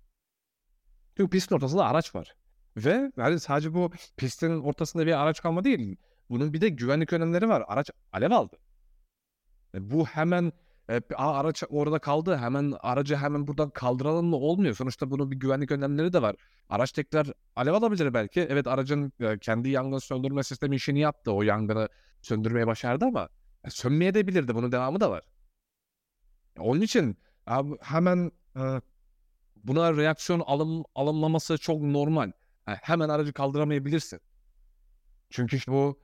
Çünkü pistin ortasında araç var. Ve yani sadece bu pistin ortasında bir araç kalma değil. Bunun bir de güvenlik önlemleri var. Araç alev aldı. Bu hemen araç orada kaldı. Hemen aracı hemen buradan kaldıralım mı olmuyor. Sonuçta bunun bir güvenlik önlemleri de var. Araç tekrar alev alabilir belki. Evet aracın kendi yangın söndürme sistemi işini yaptı. O yangını söndürmeye başardı ama sönmeye de bilirdi. Bunun devamı da var. Onun için abi, hemen buna reaksiyon alınmaması çok normal. Hemen aracı kaldıramayabilirsin. Çünkü işte bu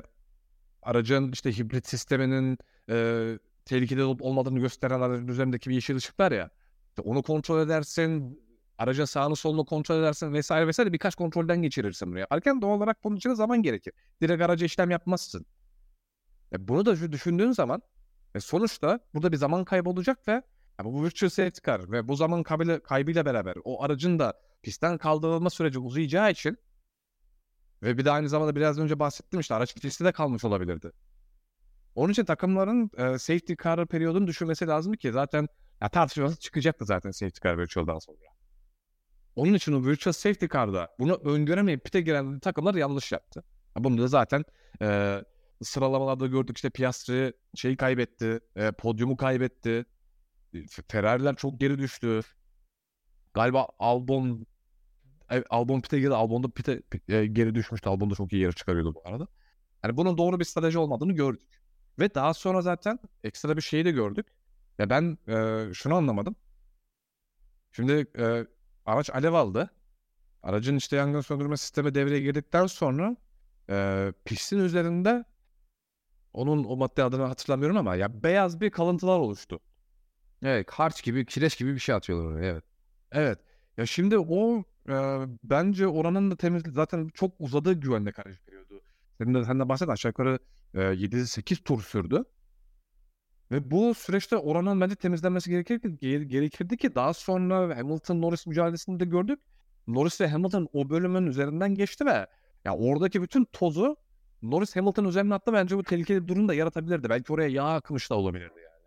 aracın işte hibrit sisteminin tehlikeli olup olmadığını gösteren aracın üzerindeki bir yeşil ışık var ya. İşte onu kontrol edersin, aracın sağını solunu kontrol edersin vesaire vesaire birkaç kontrolden geçirirsin bunu yaparken doğal olarak bunun için de zaman gerekir. Direkt araca işlem yapmazsın. Bunu da düşündüğün zaman sonuçta burada bir zaman kaybı olacak ve bu virtual safety car ve bu zaman kaybıyla beraber o aracın da pistten kaldırılma süreci uzayacağı için ve bir de aynı zamanda biraz önce bahsettim işte araç pisti de kalmış olabilirdi. Onun için takımların safety car periyodunu düşünmesi lazım ki zaten tartışması çıkacaktı zaten safety car virtual'dan sonra. Onun için o virtual safety car'da bunu öngöremeyip pite giren takımlar yanlış yaptı. Bunu da zaten sıralamalarda gördük işte Piastri şeyi kaybetti, podyumu kaybetti. Ferrari'ler çok geri düştü. Galiba Albon pite girdi. Albon da geri düşmüştü. Albon da çok iyi yarış çıkarıyordu bu arada. Yani bunun doğru bir strateji olmadığını gördük. Ve daha sonra zaten ekstra bir şeyi de gördük. Ya ben şunu anlamadım. Şimdi araç alev aldı. Aracın işte yangın söndürme sistemi devreye girdikten sonra pistin üzerinde onun o madde adını hatırlamıyorum ama ya beyaz bir kalıntılar oluştu. Evet, harç gibi, kireç gibi bir şey atıyorlar oraya. Evet. Evet. Ya şimdi o bence oranın da temizliği zaten çok uzadığı güvenlik aracı periyodu. Sen de bahset aşağı yukarı 7-8 tur sürdü. Ve bu süreçte oranın bence temizlenmesi gerekirdi ki daha sonra Hamilton-Norris mücadelesini de gördük. Norris ve Hamilton o bölümün üzerinden geçti ve ya oradaki bütün tozu Norris Hamilton üzerine attı. Bence bu tehlikeli bir durum da yaratabilirdi. Belki oraya yağ akmış da olabilirdi yani.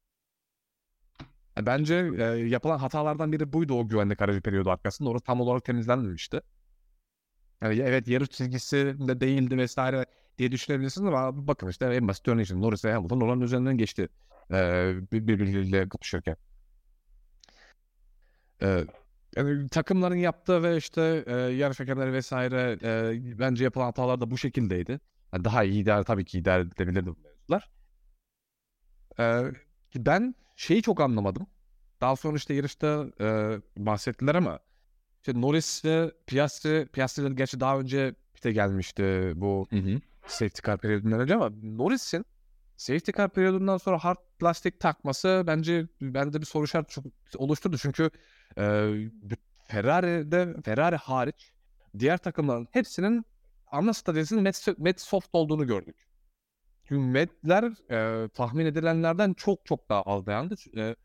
Bence yapılan hatalardan biri buydu o güvenlik aracı periyodu arkasında. Orası tam olarak temizlenmemişti. Yani evet yarış çizgisinde değildi vesaire diye düşünebilirsiniz ama bakın işte en basit örneği için Norris ve Hamilton oranın üzerinden geçti birbirleriyle kapışırken. Yani takımların yaptığı ve işte yarış hakemleri vesaire bence yapılan hatalar da bu şekildeydi. Yani daha iyi tabii ki idare edilebilirdi bu mevzular. Ben şeyi çok anlamadım. Daha sonra işte yarışta bahsettiler ama işte Norris ve Piastri'ler gerçi daha önce pite gelmişti bu safety car periyodundan önce ama Norris'in safety car periyodundan sonra hard lastik takması bende bir soru işareti oluşturdu. Çünkü Ferrari hariç diğer takımların hepsinin ana stratejisinin Med Soft olduğunu gördük. Çünkü Med'ler tahmin edilenlerden çok çok daha az dayandı.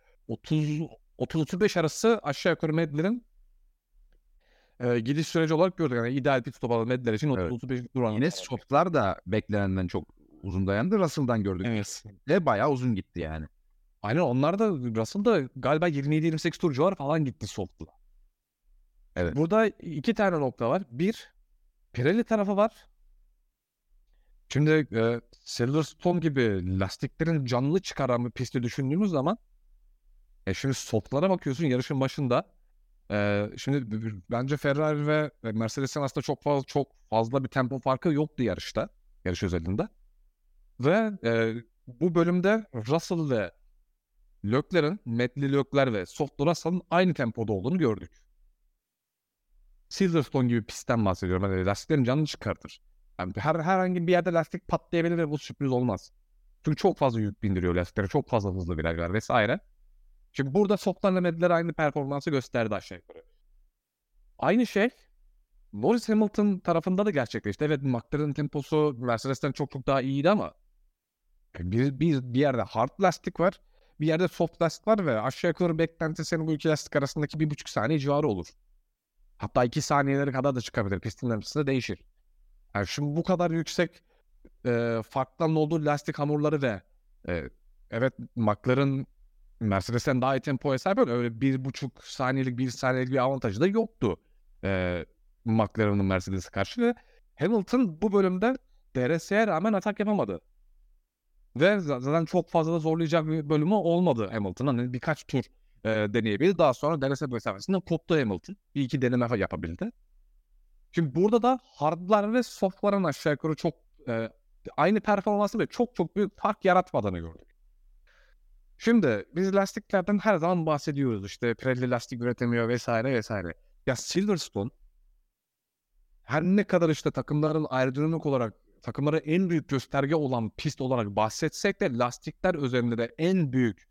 30-35 arası aşağı yukarı Med'lerin gidiş süreci olarak gördük. Yani ideal pit stop alan Med'ler için 30-35 duran. Yine softlar da beklenenden çok uzun dayandı. Russell'dan gördük. Evet. Ve bayağı uzun gitti yani. Aynen onlar da Russell'da galiba 27-28 tur civarı falan gitti soft'la. Evet. Burada iki tane nokta var. Bir, Pirelli tarafı var. Şimdi Silverstone gibi lastiklerin canlı çıkaran bir pisti düşündüğümüz zaman şimdi softlara bakıyorsun yarışın başında. Şimdi bence Ferrari ve Mercedes'in aslında çok fazla bir tempo farkı yoktu yarışta. Yarış özelinde. Ve bu bölümde Russell ve Leclerc'in, Matt'li Leclerc ve Soft Russell'ın aynı tempoda olduğunu gördük. Silverstone gibi pistten bahsediyorum. Yani lastiklerin canını çıkartır. Yani herhangi bir yerde lastik patlayabilir ve bu sürpriz olmaz. Çünkü çok fazla yük bindiriyor lastiklere. Çok fazla hızlı virajlar vesaire. Şimdi burada Soft'larla Matt'ler aynı performansı gösterdi aşağı yukarı. Aynı şey Lewis Hamilton tarafında da gerçekleşti. Evet, McLaren'ın temposu Mercedes'ten çok çok daha iyiydi ama bir yerde hard lastik var, bir yerde soft lastik var ve aşağı yukarı beklenti senin bu iki lastik arasındaki 1,5 saniye civarı olur. Hatta 2 saniyeleri kadar da çıkabilir. Pistin arasında değişir. Yani şimdi bu kadar yüksek farkların olduğu lastik hamurları ve evet, McLaren Mercedes'ten daha iyi tempoya sahip ama öyle 1,5 saniyelik 1 saniyelik bir avantajı da yoktu McLaren'ın Mercedes'e karşı ve Hamilton bu bölümde DRS'ye rağmen atak yapamadı. Ve zaten çok fazla da zorlayacak bir bölümü olmadı Hamilton'ın. Hani birkaç tur deneyebildi. Daha sonra DRS mesafesinden koptu Hamilton. Bir iki deneme yapabildi. Şimdi burada da hardlar ve softların aşağı yukarı çok aynı performansı ve çok çok büyük fark yaratmadığını gördük. Şimdi biz lastiklerden her zaman bahsediyoruz. İşte Pirelli lastik üretemiyor vesaire vesaire. Ya Silverstone her ne kadar işte takımların aerodinamik olarak takımlara en büyük gösterge olan pist olarak bahsetsek de lastikler üzerinde de en büyük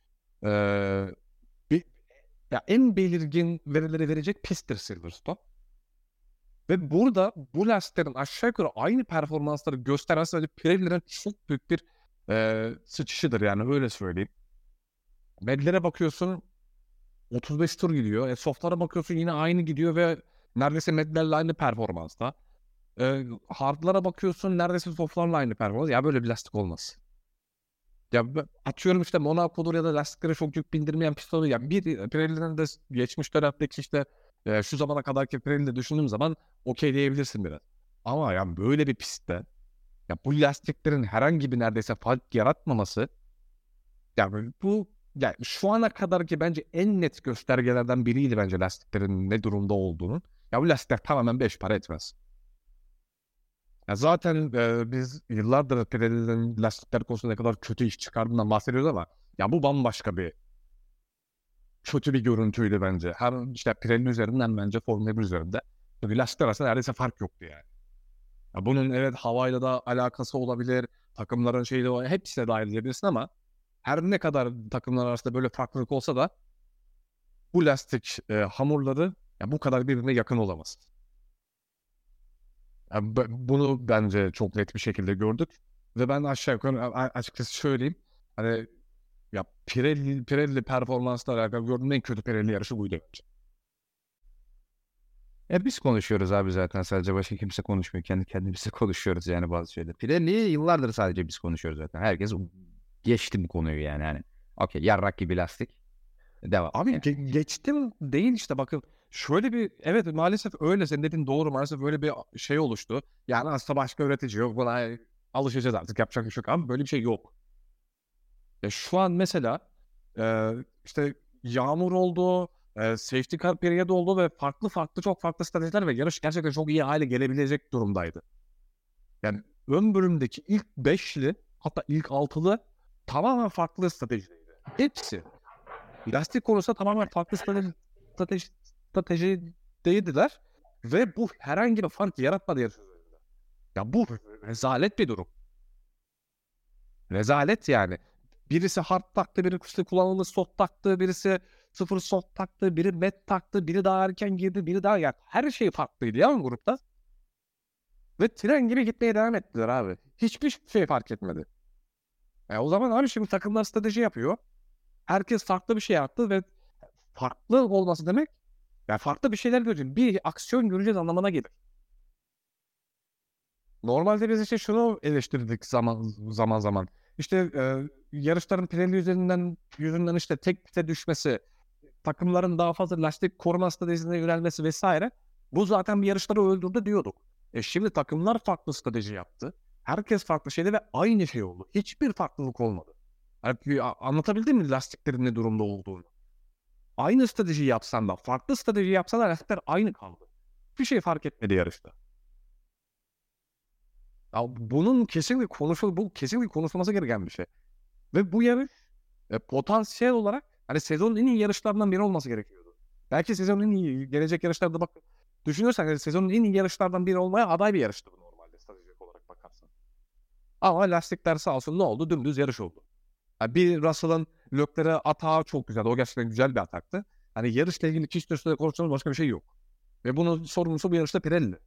en belirgin verileri verecek pisttir Silverstone. Ve burada bu lastiklerin aşağı yukarı aynı performansları göstermesi bence Pirelli'lerin çok büyük bir sıçışıdır, yani öyle söyleyeyim. Medlere bakıyorsun 35 tur gidiyor. Softlara bakıyorsun yine aynı gidiyor ve neredeyse Medler'le aynı performansta. Hardlara bakıyorsun neredeyse softlarla aynı performans. Ya böyle bir lastik olmaz. Ya atıyorum işte Monaco'dur ya da lastiklere çok yük bindirmeyen pist olur. Ya bir Pirelli'nin de geçmiş dönemdeki işte şu zamana kadarki Pirelli'de düşündüğüm zaman okey diyebilirsin biraz. Ama ya böyle bir pistte ya bu lastiklerin herhangi bir neredeyse fark yaratmaması, yani bu yani şu ana kadarki bence en net göstergelerden biriydi bence lastiklerin ne durumda olduğunu. Ya bu lastikler tamamen 5 para etmez. Ya zaten biz yıllardır Pirelli'nin lastikler konusunda ne kadar kötü iş çıkardığından bahsediyoruz ama ya bu bambaşka bir kötü bir görüntüydü bence. Her işte Pirelli üzerinden bence Formula 1 üzerinde. Çünkü lastikler arasında neredeyse fark yoktu yani. Ya bunun evet havayla da alakası olabilir. Takımların şeyle hepsine dahil edebilirsin ama her ne kadar takımlar arasında böyle farklılık olsa da bu lastik hamurları ya bu kadar birbirine yakın olamaz. Yani bunu bence çok net bir şekilde gördük. Ve ben aşağı yukarı açıkçası söyleyeyim. Hani ya Pirelli performansla alakalı gördüğüm en kötü Pirelli yarışı buydu bence. Biz konuşuyoruz abi zaten, sadece başka kimse konuşmuyor. Kendi kendimize konuşuyoruz yani bazı şeyler. Pirelli'yi yıllardır sadece biz konuşuyoruz zaten. Herkes geçti bu konuyu yani. Hani okey, yarrak gibi lastik. Devam. Abi Yani. geçtim değil işte, bakın. Şöyle bir evet, maalesef öyle, senin dediğin doğru, maalesef böyle bir şey oluştu. Yani aslında başka üretici yok, buna alışacağız artık, yapacak bir şey yok ama böyle bir şey yok. Ya şu an mesela işte yağmur oldu, safety car period oldu ve farklı farklı çok farklı stratejiler ve yarış gerçekten çok iyi hale gelebilecek durumdaydı. Yani ön bölümdeki ilk beşli, hatta ilk altılı tamamen farklı stratejiydi. Hepsi. Lastik konusunda tamamen farklı stratejideydiler ve bu herhangi bir fark yaratmadı yarış üzerinde. Ya bu rezalet bir durum. Rezalet yani. Birisi hard taktı, birisi kullanılmış soft taktı, birisi sıfır soft taktı, biri met taktı, biri daha erken girdi, biri daha yani her şey farklıydı ya grupta. Ve tren gibi gitmeye devam ettiler abi. Hiçbir şey fark etmedi. O zaman abi şimdi takımlar strateji yapıyor. Herkes farklı bir şey yaptı ve farklı olması demek, yani farklı bir şeyler göreceğiz. Bir aksiyon göreceğiz anlamına gelir. Normalde biz işte şunu eleştirdik zaman zaman. İşte yarışların Pirelli yüzünden işte tek pite düşmesi, takımların daha fazla lastik koruma stratejisine yönelmesi vesaire. Bu zaten bir yarışları öldürdü diyorduk. Şimdi takımlar farklı strateji yaptı. Herkes farklı şeydi ve aynı şey oldu. Hiçbir farklılık olmadı. Yani anlatabildim mi lastiklerin ne durumda olduğunu? Aynı strateji yapsan da, farklı strateji yapsan da lastikler aynı kaldı. Bir şey fark etmedi yarışta. Ya bu kesinlikle konuşulması gereken bir şey. Ve bu yarış potansiyel olarak hani sezonun en iyi yarışlarından biri olması gerekiyordu. Belki sezonun en iyi gelecek yarışlarda bak düşünürsen hani sezonun en iyi yarışlardan biri olmaya aday bir yarıştı bu normalde stratejik olarak bakarsan. Ama lastikler sağ olsun ne oldu? Dümdüz yarış oldu. Yani bir Russell'ın Leclerc'e atağı çok güzeldi. O gerçekten güzel bir ataktı. Hani yarışla ilgili kişi üstüne konuştuğumuz başka bir şey yok. Ve bunun sorumlusu bu yarışta Pirelli.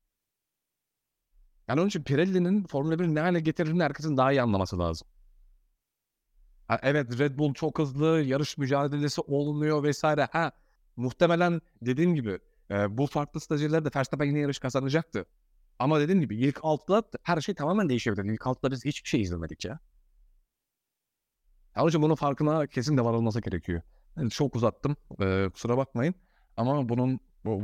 Yani onun için Pirelli'nin Formula 1 ne hale getirdiğini herkesin daha iyi anlaması lazım. Ha, evet Red Bull çok hızlı, yarış mücadelesi olmuyor vesaire. Muhtemelen dediğim gibi bu farklı stajyerler Verstappen yine yarış kazanacaktı. Ama dediğim gibi ilk altıda her şey tamamen değişebilir. İlk altıda biz hiçbir şey izlemedik ya. Onun için bunun farkına kesin de varılması gerekiyor. Yani çok uzattım. Kusura bakmayın. Ama bunun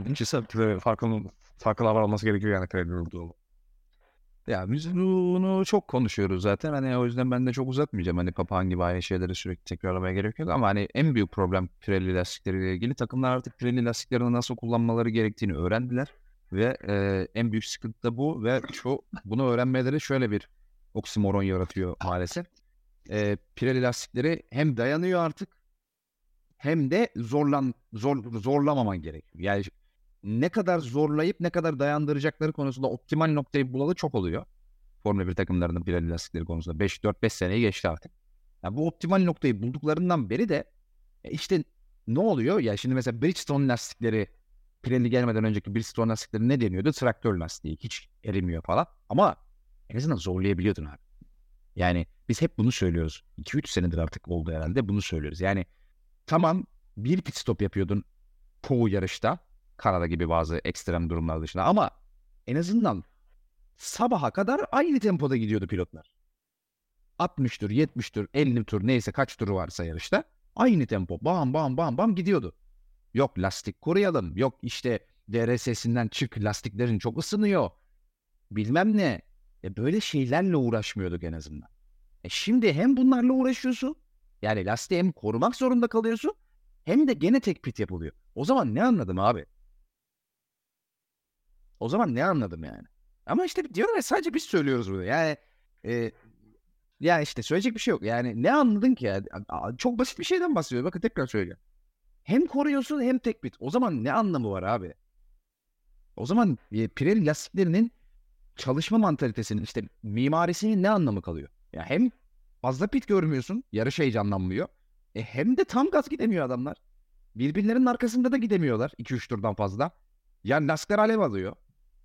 farkına varılması gerekiyor yani Pirelli'nin durduğu. Ya biz bunu çok konuşuyoruz zaten. Hani o yüzden ben de çok uzatmayacağım. Hani papağan gibi aynı şeyleri sürekli tekrarlamaya gerek yok. Ama hani en büyük problem Pirelli lastikleriyle ilgili. Takımlar artık Pirelli lastiklerini nasıl kullanmaları gerektiğini öğrendiler. Ve en büyük sıkıntı da bu. Ve bunu öğrenmeleri şöyle bir oksimoron yaratıyor maalesef. Pirelli lastikleri hem dayanıyor artık hem de zorlamaman gerekiyor. Yani ne kadar zorlayıp ne kadar dayandıracakları konusunda optimal noktayı bulalı çok oluyor. Formula 1 takımlarının Pirelli lastikleri konusunda 4-5 seneyi geçti artık. Yani bu optimal noktayı bulduklarından beri de işte ne oluyor? Ya şimdi mesela Bridgestone lastikleri Pirelli gelmeden önceki Bridgestone lastikleri ne deniyordu? Traktör lastiği. Hiç erimiyor falan. Ama en azından zorlayabiliyordun abi. Yani biz hep bunu söylüyoruz. 2-3 senedir artık oldu herhalde bunu söylüyoruz. Yani tamam bir pit stop yapıyordun çoğu yarışta. Kanada gibi bazı ekstrem durumlar dışında ama en azından sabaha kadar aynı tempoda gidiyordu pilotlar. 60'tır, 70'tür, 50 tur neyse kaç turu varsa yarışta aynı tempo bam bam bam bam gidiyordu. Yok lastik koruyalım, yok işte DRS'sinden çık lastiklerin çok ısınıyor bilmem ne. Böyle şeylerle uğraşmıyorduk en azından. Şimdi hem bunlarla uğraşıyorsun yani lastiği hem korumak zorunda kalıyorsun hem de gene tek pit yapılıyor. O zaman ne anladım abi? O zaman ne anladım yani? Ama işte diyorum ya sadece biz söylüyoruz bunu. Yani ya işte söyleyecek bir şey yok. Yani ne anladın ki ya? Çok basit bir şeyden bahsediyor. Bakın tekrar söylüyorum. Hem koruyorsun hem tek pit. O zaman ne anlamı var abi? O zaman Pirelli lastiklerinin çalışma mantalitesinin işte mimarisinin ne anlamı kalıyor? Ya hem fazla pit görmüyorsun. Yarış heyecanlanmıyor. Hem de tam gaz gidemiyor adamlar. Birbirlerinin arkasında da gidemiyorlar 2-3 turdan fazla. Yani lastikler alev alıyor.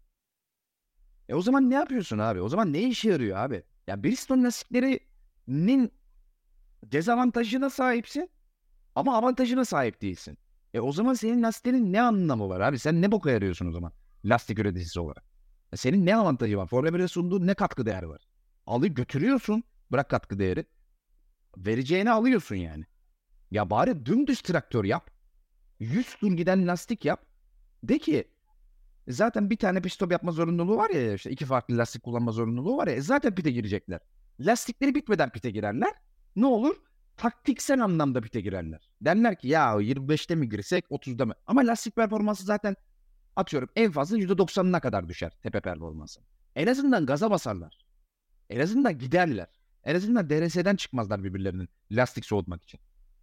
O zaman ne yapıyorsun abi? O zaman ne işe yarıyor abi? Ya Bridgestone lastiklerinin dezavantajına sahipsin ama avantajına sahip değilsin. O zaman senin lastiklerin ne anlamı var abi? Sen ne boka yarıyorsun o zaman lastik üreticisi olarak? Senin ne avantajı var? Formula 1'e sunduğun ne katkı değeri var? Alıp götürüyorsun. Bırak katkı değeri. Vereceğini alıyorsun yani. Ya bari dümdüz traktör yap. 100 tur giden lastik yap. De ki zaten bir tane pit stop yapma zorunluluğu var ya işte 2 farklı lastik kullanma zorunluluğu var ya zaten pite girecekler. Lastikleri bitmeden pite girerler. Ne olur? Taktiksel anlamda pite girerler. Derler ki ya 25'te mi girsek 30'da mı? Ama lastik performansı zaten atıyorum en fazla %90'ına kadar düşer tepe performansı. En azından gaza basarlar. En azından giderler. En azından DRS'den çıkmazlar birbirlerinin lastik soğutmak için.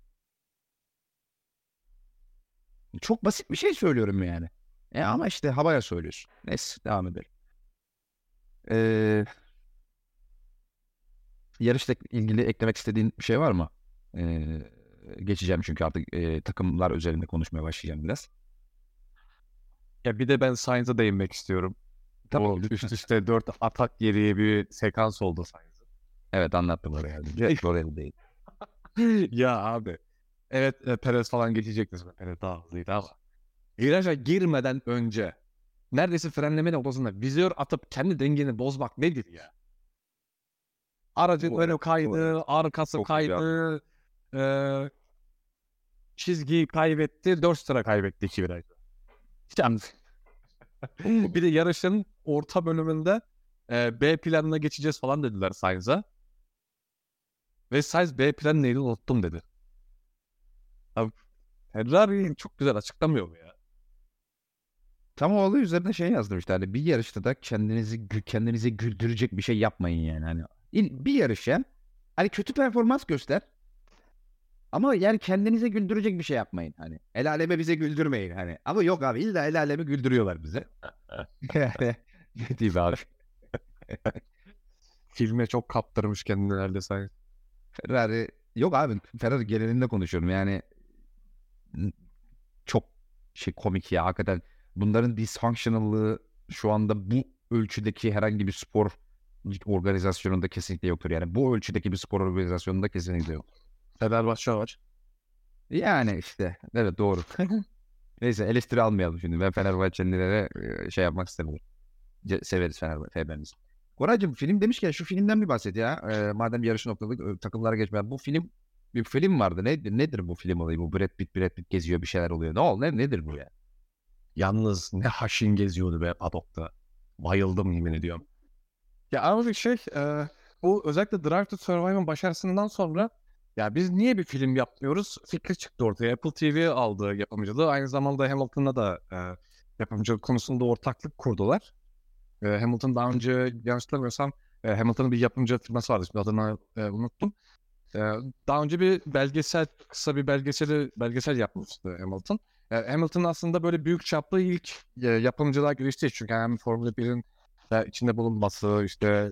Çok basit bir şey söylüyorum yani. Ama işte havaya söylüyorsun. Neyse devam edelim. Yarışla ilgili eklemek istediğin bir şey var mı? Geçeceğim çünkü artık takımlar üzerinde konuşmaya başlayacağım biraz. Ya bir de ben Sainz'a değinmek istiyorum. Tabii, O üst üste 4 atak geriye bir sekans oldu Sainz'ın. Evet anlattım oraya. Oraya değil. Ya abi. Evet Perez falan geçecekti. Perez daha hızlıydı ama. Viraja girmeden önce neredeyse frenleme noktasında vizör atıp kendi dengeni bozmak nedir ya? Aracın önü kaydı, arkası kaydı, çizgiyi kaybetti, 4 sıra kaybetti 2 virajda. Yani bir de yarışın orta bölümünde B planına geçeceğiz falan dediler Sainz'a. Ve Sainz B plan neydi unuttum dedi. Abi, Ferrari çok güzel açıklamıyor mu ya? Tam o olay üzerine şey yazdım işte hani bir yarışta da kendinizi güldürecek bir şey yapmayın yani hani bir yarış ya hani kötü performans göster Ama yani kendinize güldürecek bir şey yapmayın. Hani el aleme bize güldürmeyin hani. Ama yok abi illa el aleme güldürüyorlar bize. Ne diyeyim abi? Filme çok kaptırmış kendini herhalde sanki. Ferrari yok abi Ferrari genelinde konuşuyorum yani çok komik ya hakikaten bunların dysfunctionallığı şu anda bu ölçüdeki herhangi bir spor organizasyonunda kesinlikle yoktur. Yani bu ölçüdeki bir spor organizasyonunda kesinlikle yok. Fenerbahçe var. Yani işte evet doğru. Neyse eleştiri almayalım şimdi. Ben Fenerbahçelilere şey yapmak istemiyorum. Severiz Fenerbahçe'yi. Koraycığım film demişken şu filmden bir bahset ya. Madem yarış noktalık takımlara geçmeden. Bu film bir film vardı. Nedir bu film olayı? Bu Brad Pitt geziyor bir şeyler oluyor. Ne oldu? Nedir bu ya? Yalnız ne haşin geziyordu be padokta. Bayıldım yemin ediyorum. Ya ama bir şey bu özellikle Drive to Survive'ın başarısından sonra ya biz niye bir film yapmıyoruz? Fikri çıktı ortaya. Apple TV aldı yapımcılığı. Aynı zamanda Hamilton'la da yapımcılık konusunda ortaklık kurdular. Hamilton daha önce yanlış hatırlamıyorsam Hamilton'ın bir yapımcı firması vardı. Şimdi adını unuttum. E, Daha önce bir kısa bir belgesel yapmıştı Hamilton. Hamilton aslında böyle büyük çaplı ilk yapımcılığa girişti. Çünkü hem Formula 1'in içinde bulunması, işte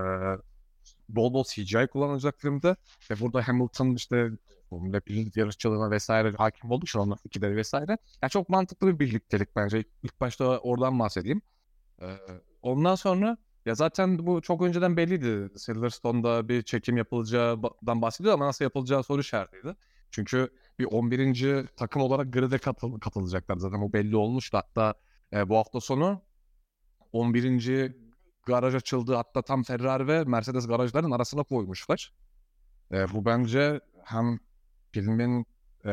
bol bol CGI kullanılacak filmde. Ve burada Hamilton işte Formula 1'in yarışçılığına vesaire hakim olduğu için onun fikirleri vesaire. Yani çok mantıklı bir birliktelik bence. İlk başta oradan bahsedeyim. Ondan sonra ya zaten bu çok önceden belliydi. Silverstone'da bir çekim yapılacağından bahsediyor ama nasıl yapılacağı soru işaretiydi. Çünkü bir 11. takım olarak grid'e katılacaklar. Zaten o belli olmuştu. Hatta bu hafta sonu 11. garaj açıldı. Hatta tam Ferrari ve Mercedes garajlarının arasına koymuşlar. Bu bence hem filmin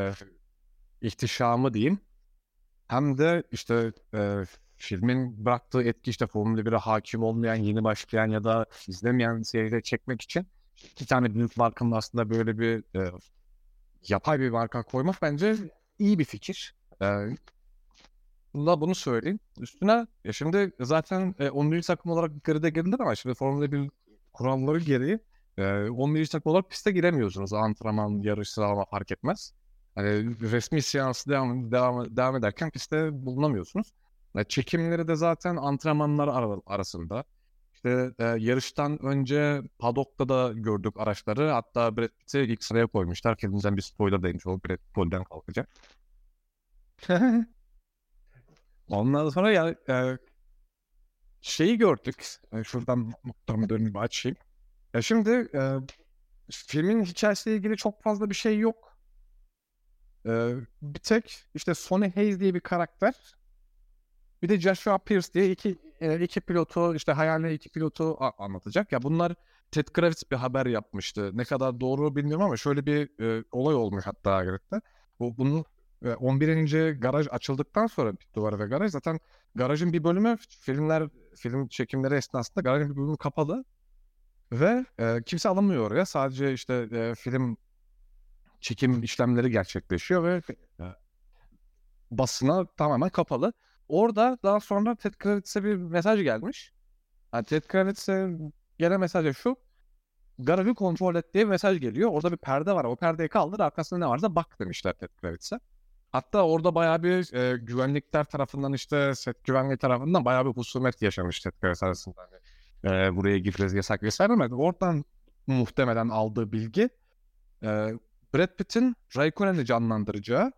ihtişamı diyeyim hem de işte filmin bıraktığı etki işte Formula 1'e hakim olmayan, yeni başlayan ya da izlemeyen seyircileri çekmek için iki tane büyük markanın aslında böyle bir yapay bir marka koymak bence iyi bir fikir. Bunu söyleyeyim. Üstüne ya şimdi zaten 11. takım olarak grid'e girdiler ama şimdi Formula 1 kuralları gereği 11. takım olarak piste giremiyorsunuz. Antrenman, yarış, sıralama fark etmez. Hani resmi seansı devam ederken pistte bulunamıyorsunuz. Çekimleri de zaten antrenmanlar arasında. İşte yarıştan önce paddock'ta da gördük araçları. Hatta Brad Pitt'i ilk sıraya koymuşlar. Kendimizden bir spoiler değilmiş. O Brad Pitt polden kalkacak. Ondan sonra ya şeyi gördük. Şuradan noktamı dönüp açayım. Ya şimdi filmin hikayesiyle ilgili çok fazla bir şey yok. Bir tek işte Sonny Hayes diye bir karakter. Bir de Joshua Pierce diye iki pilotu işte hayali iki pilotu anlatacak. Ya bunlar Ted Kravitz bir haber yapmıştı. Ne kadar doğru bilmiyorum ama şöyle bir olay olmuş hatta Grid'de. Bunun 11. garaj açıldıktan sonra pit duvarı ve garaj zaten garajın bir bölümü film çekimleri esnasında garajın bir bölümü kapalı ve kimse alınmıyor oraya. Sadece işte film çekim işlemleri gerçekleşiyor ve basına tamamen kapalı. Orada daha sonra Ted Kravitz'e bir mesaj gelmiş. Yani Ted Kravitz'e gelen mesaj şu. Garajı kontrol et diye bir mesaj geliyor. Orada bir perde var. O perdeyi kaldır. Arkasında ne varsa bak demişler Ted Kravitz'e. Hatta orada bayağı bir güvenlikler tarafından işte set güvenliği tarafından bayağı bir husumet yaşamış Ted Kravitz arasında. Hani, buraya girmeniz yasak vesaire mi? Oradan muhtemelen aldığı bilgi Brad Pitt'in Raikkonen'i canlandıracağı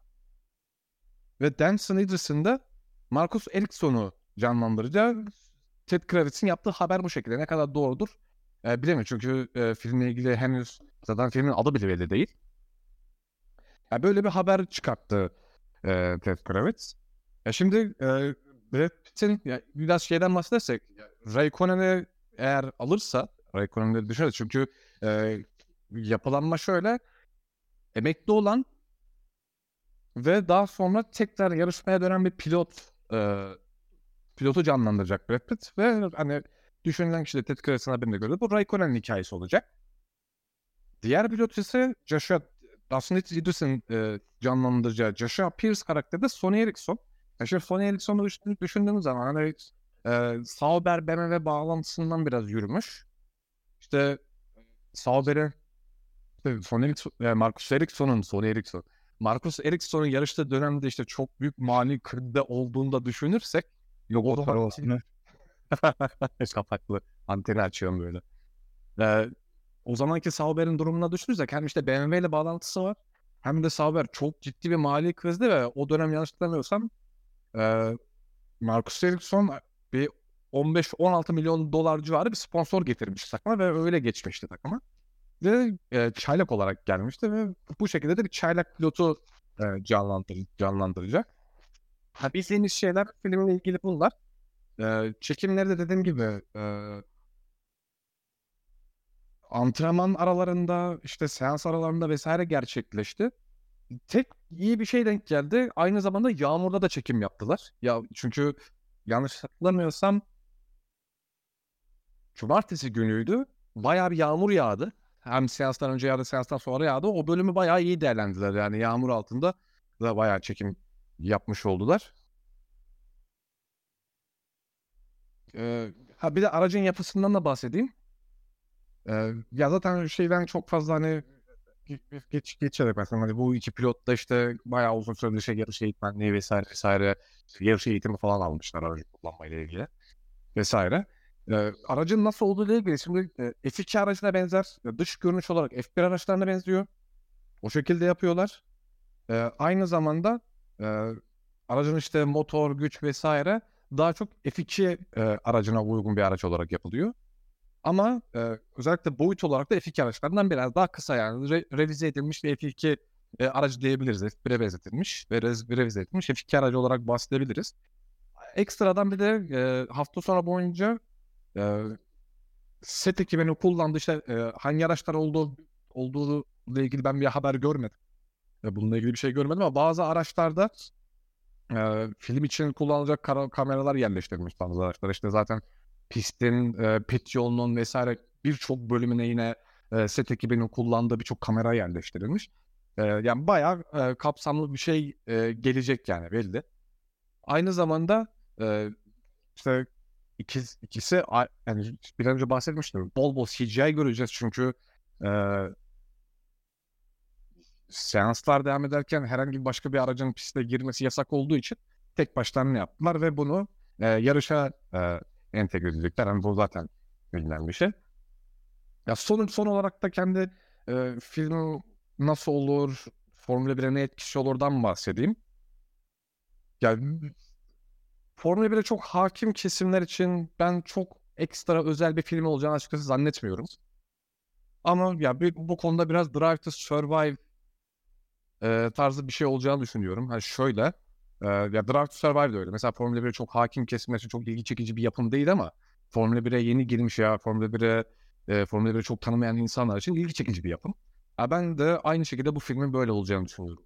ve Dancing Idris'in de Marcus Ericsson'u canlandıracağı Ted Kravitz'in yaptığı haber bu şekilde. Ne kadar doğrudur bilemiyorum. Çünkü filmle ilgili henüz zaten filmin adı bile belli değil. Yani böyle bir haber çıkarttı Ted Kravitz. Şimdi Brad Pitt'in biraz şeyden bahsedersek Raikkonen'i eğer alırsa Raikkonen'i düşünürüz. Çünkü yapılanma şöyle emekli olan ve daha sonra tekrar yarışmaya dönen bir pilotu canlandıracak Brad Pitt ve hani düşünülen kişi de Ted Kravitz'in haberine göre bu Raikkonen'in hikayesi olacak. Diğer pilot ise Dustin Idris'in canlandıracağı Joshua Pierce karakteri de Sonny Eriksson. Şimdi Sonny Eriksson'u düşündüğümüz zaman hani Sauber BMW bağlantısından biraz yürümüş. İşte Sauber'in İşte Marcus Ericsson'un yarıştığı dönemde işte çok büyük mali krizde olduğunu da düşünürsek Yok o o zaman parasını. kapaklı anteni açıyorum böyle. O zamanki Sauber'in durumuna düşünürsek hem işte BMW ile bağlantısı var hem de Sauber çok ciddi bir mali krizdi ve o dönem yanlış hatırlamıyorsam e, Marcus Ericsson bir 15-16 milyon dolar civarı bir sponsor getirmiş takıma ve öyle geçmişti takıma. Ve çaylak olarak gelmişti ve bu şekilde de bir çaylak pilotu canlandıracak. Ha, bildiğimiz şeyler filmle ilgili bunlar. Çekimleri de dediğim gibi antrenman aralarında işte seans aralarında vesaire gerçekleşti. Tek iyi bir şey denk geldi. Aynı zamanda yağmurda da çekim yaptılar. Ya çünkü yanlış hatırlamıyorsam cumartesi günüydü. Bayağı bir yağmur yağdı. Hem seanstan önce yağdı, seanstan sonra yağdı. O bölümü bayağı iyi değerlendirdiler. Yani yağmur altında da bayağı çekim yapmış oldular. Bir de aracın yapısından da bahsedeyim. Ya zaten şeyden çok fazla hani geçerek mesela hani bu iki pilot da işte bayağı uzun süredir şey yarış eğitmenliği vesaire vesaire yarış eğitimi falan almışlar aracı kullanmayla ilgili vesaire. Aracın nasıl olduğu ile ilgili şimdi F2 aracına benzer dış görünüş olarak F1 araçlarına benziyor. O şekilde yapıyorlar. Aynı zamanda aracın işte motor, güç vesaire daha çok F2 aracına uygun bir araç olarak yapılıyor. Ama özellikle boyut olarak da F2 araçlarından biraz daha kısa yani revize edilmiş bir F2 aracı diyebiliriz. F1'e benzetilmiş ve revize edilmiş F2 aracı olarak bahsedebiliriz. Ekstradan bir de hafta sonu boyunca e, set ekibinin kullandığı işte hangi araçlar olduğu ile ilgili ben bir haber görmedim. Bununla ilgili bir şey görmedim ama bazı araçlarda film için kullanılacak kameralar yerleştirilmiş bazı araçlar. İşte zaten pistin, pit yolunun vesaire birçok bölümüne yine set ekibinin kullandığı birçok kamera yerleştirilmiş. Yani bayağı kapsamlı bir şey gelecek yani belli. Aynı zamanda işte ikisi yani bir önce bahsetmiştim. Bol bol CGI göreceğiz çünkü e, seanslar devam ederken herhangi başka bir aracın piste girmesi yasak olduğu için tek başlarına yaptılar ve bunu yarışa entegre edecekler. Yani bu zaten bilinen bir şey. Ya son olarak da kendi film nasıl olur, Formula 1'e ne etkisi olurdan bahsedeyim. Yani Formula 1'e çok hakim kesimler için ben çok ekstra özel bir film olacağını açıkçası zannetmiyorum. Ama ya bu konuda biraz Drive to Survive tarzı bir şey olacağını düşünüyorum. Hani şöyle, ya Drive to Survive de öyle. Mesela Formula 1'e çok hakim kesimler için çok ilgi çekici bir yapım değil ama Formula 1'e yeni girmiş ya Formula 1'e çok tanımayan insanlar için ilgi çekici bir yapım. Ya ben de aynı şekilde bu filmin böyle olacağını düşünüyorum.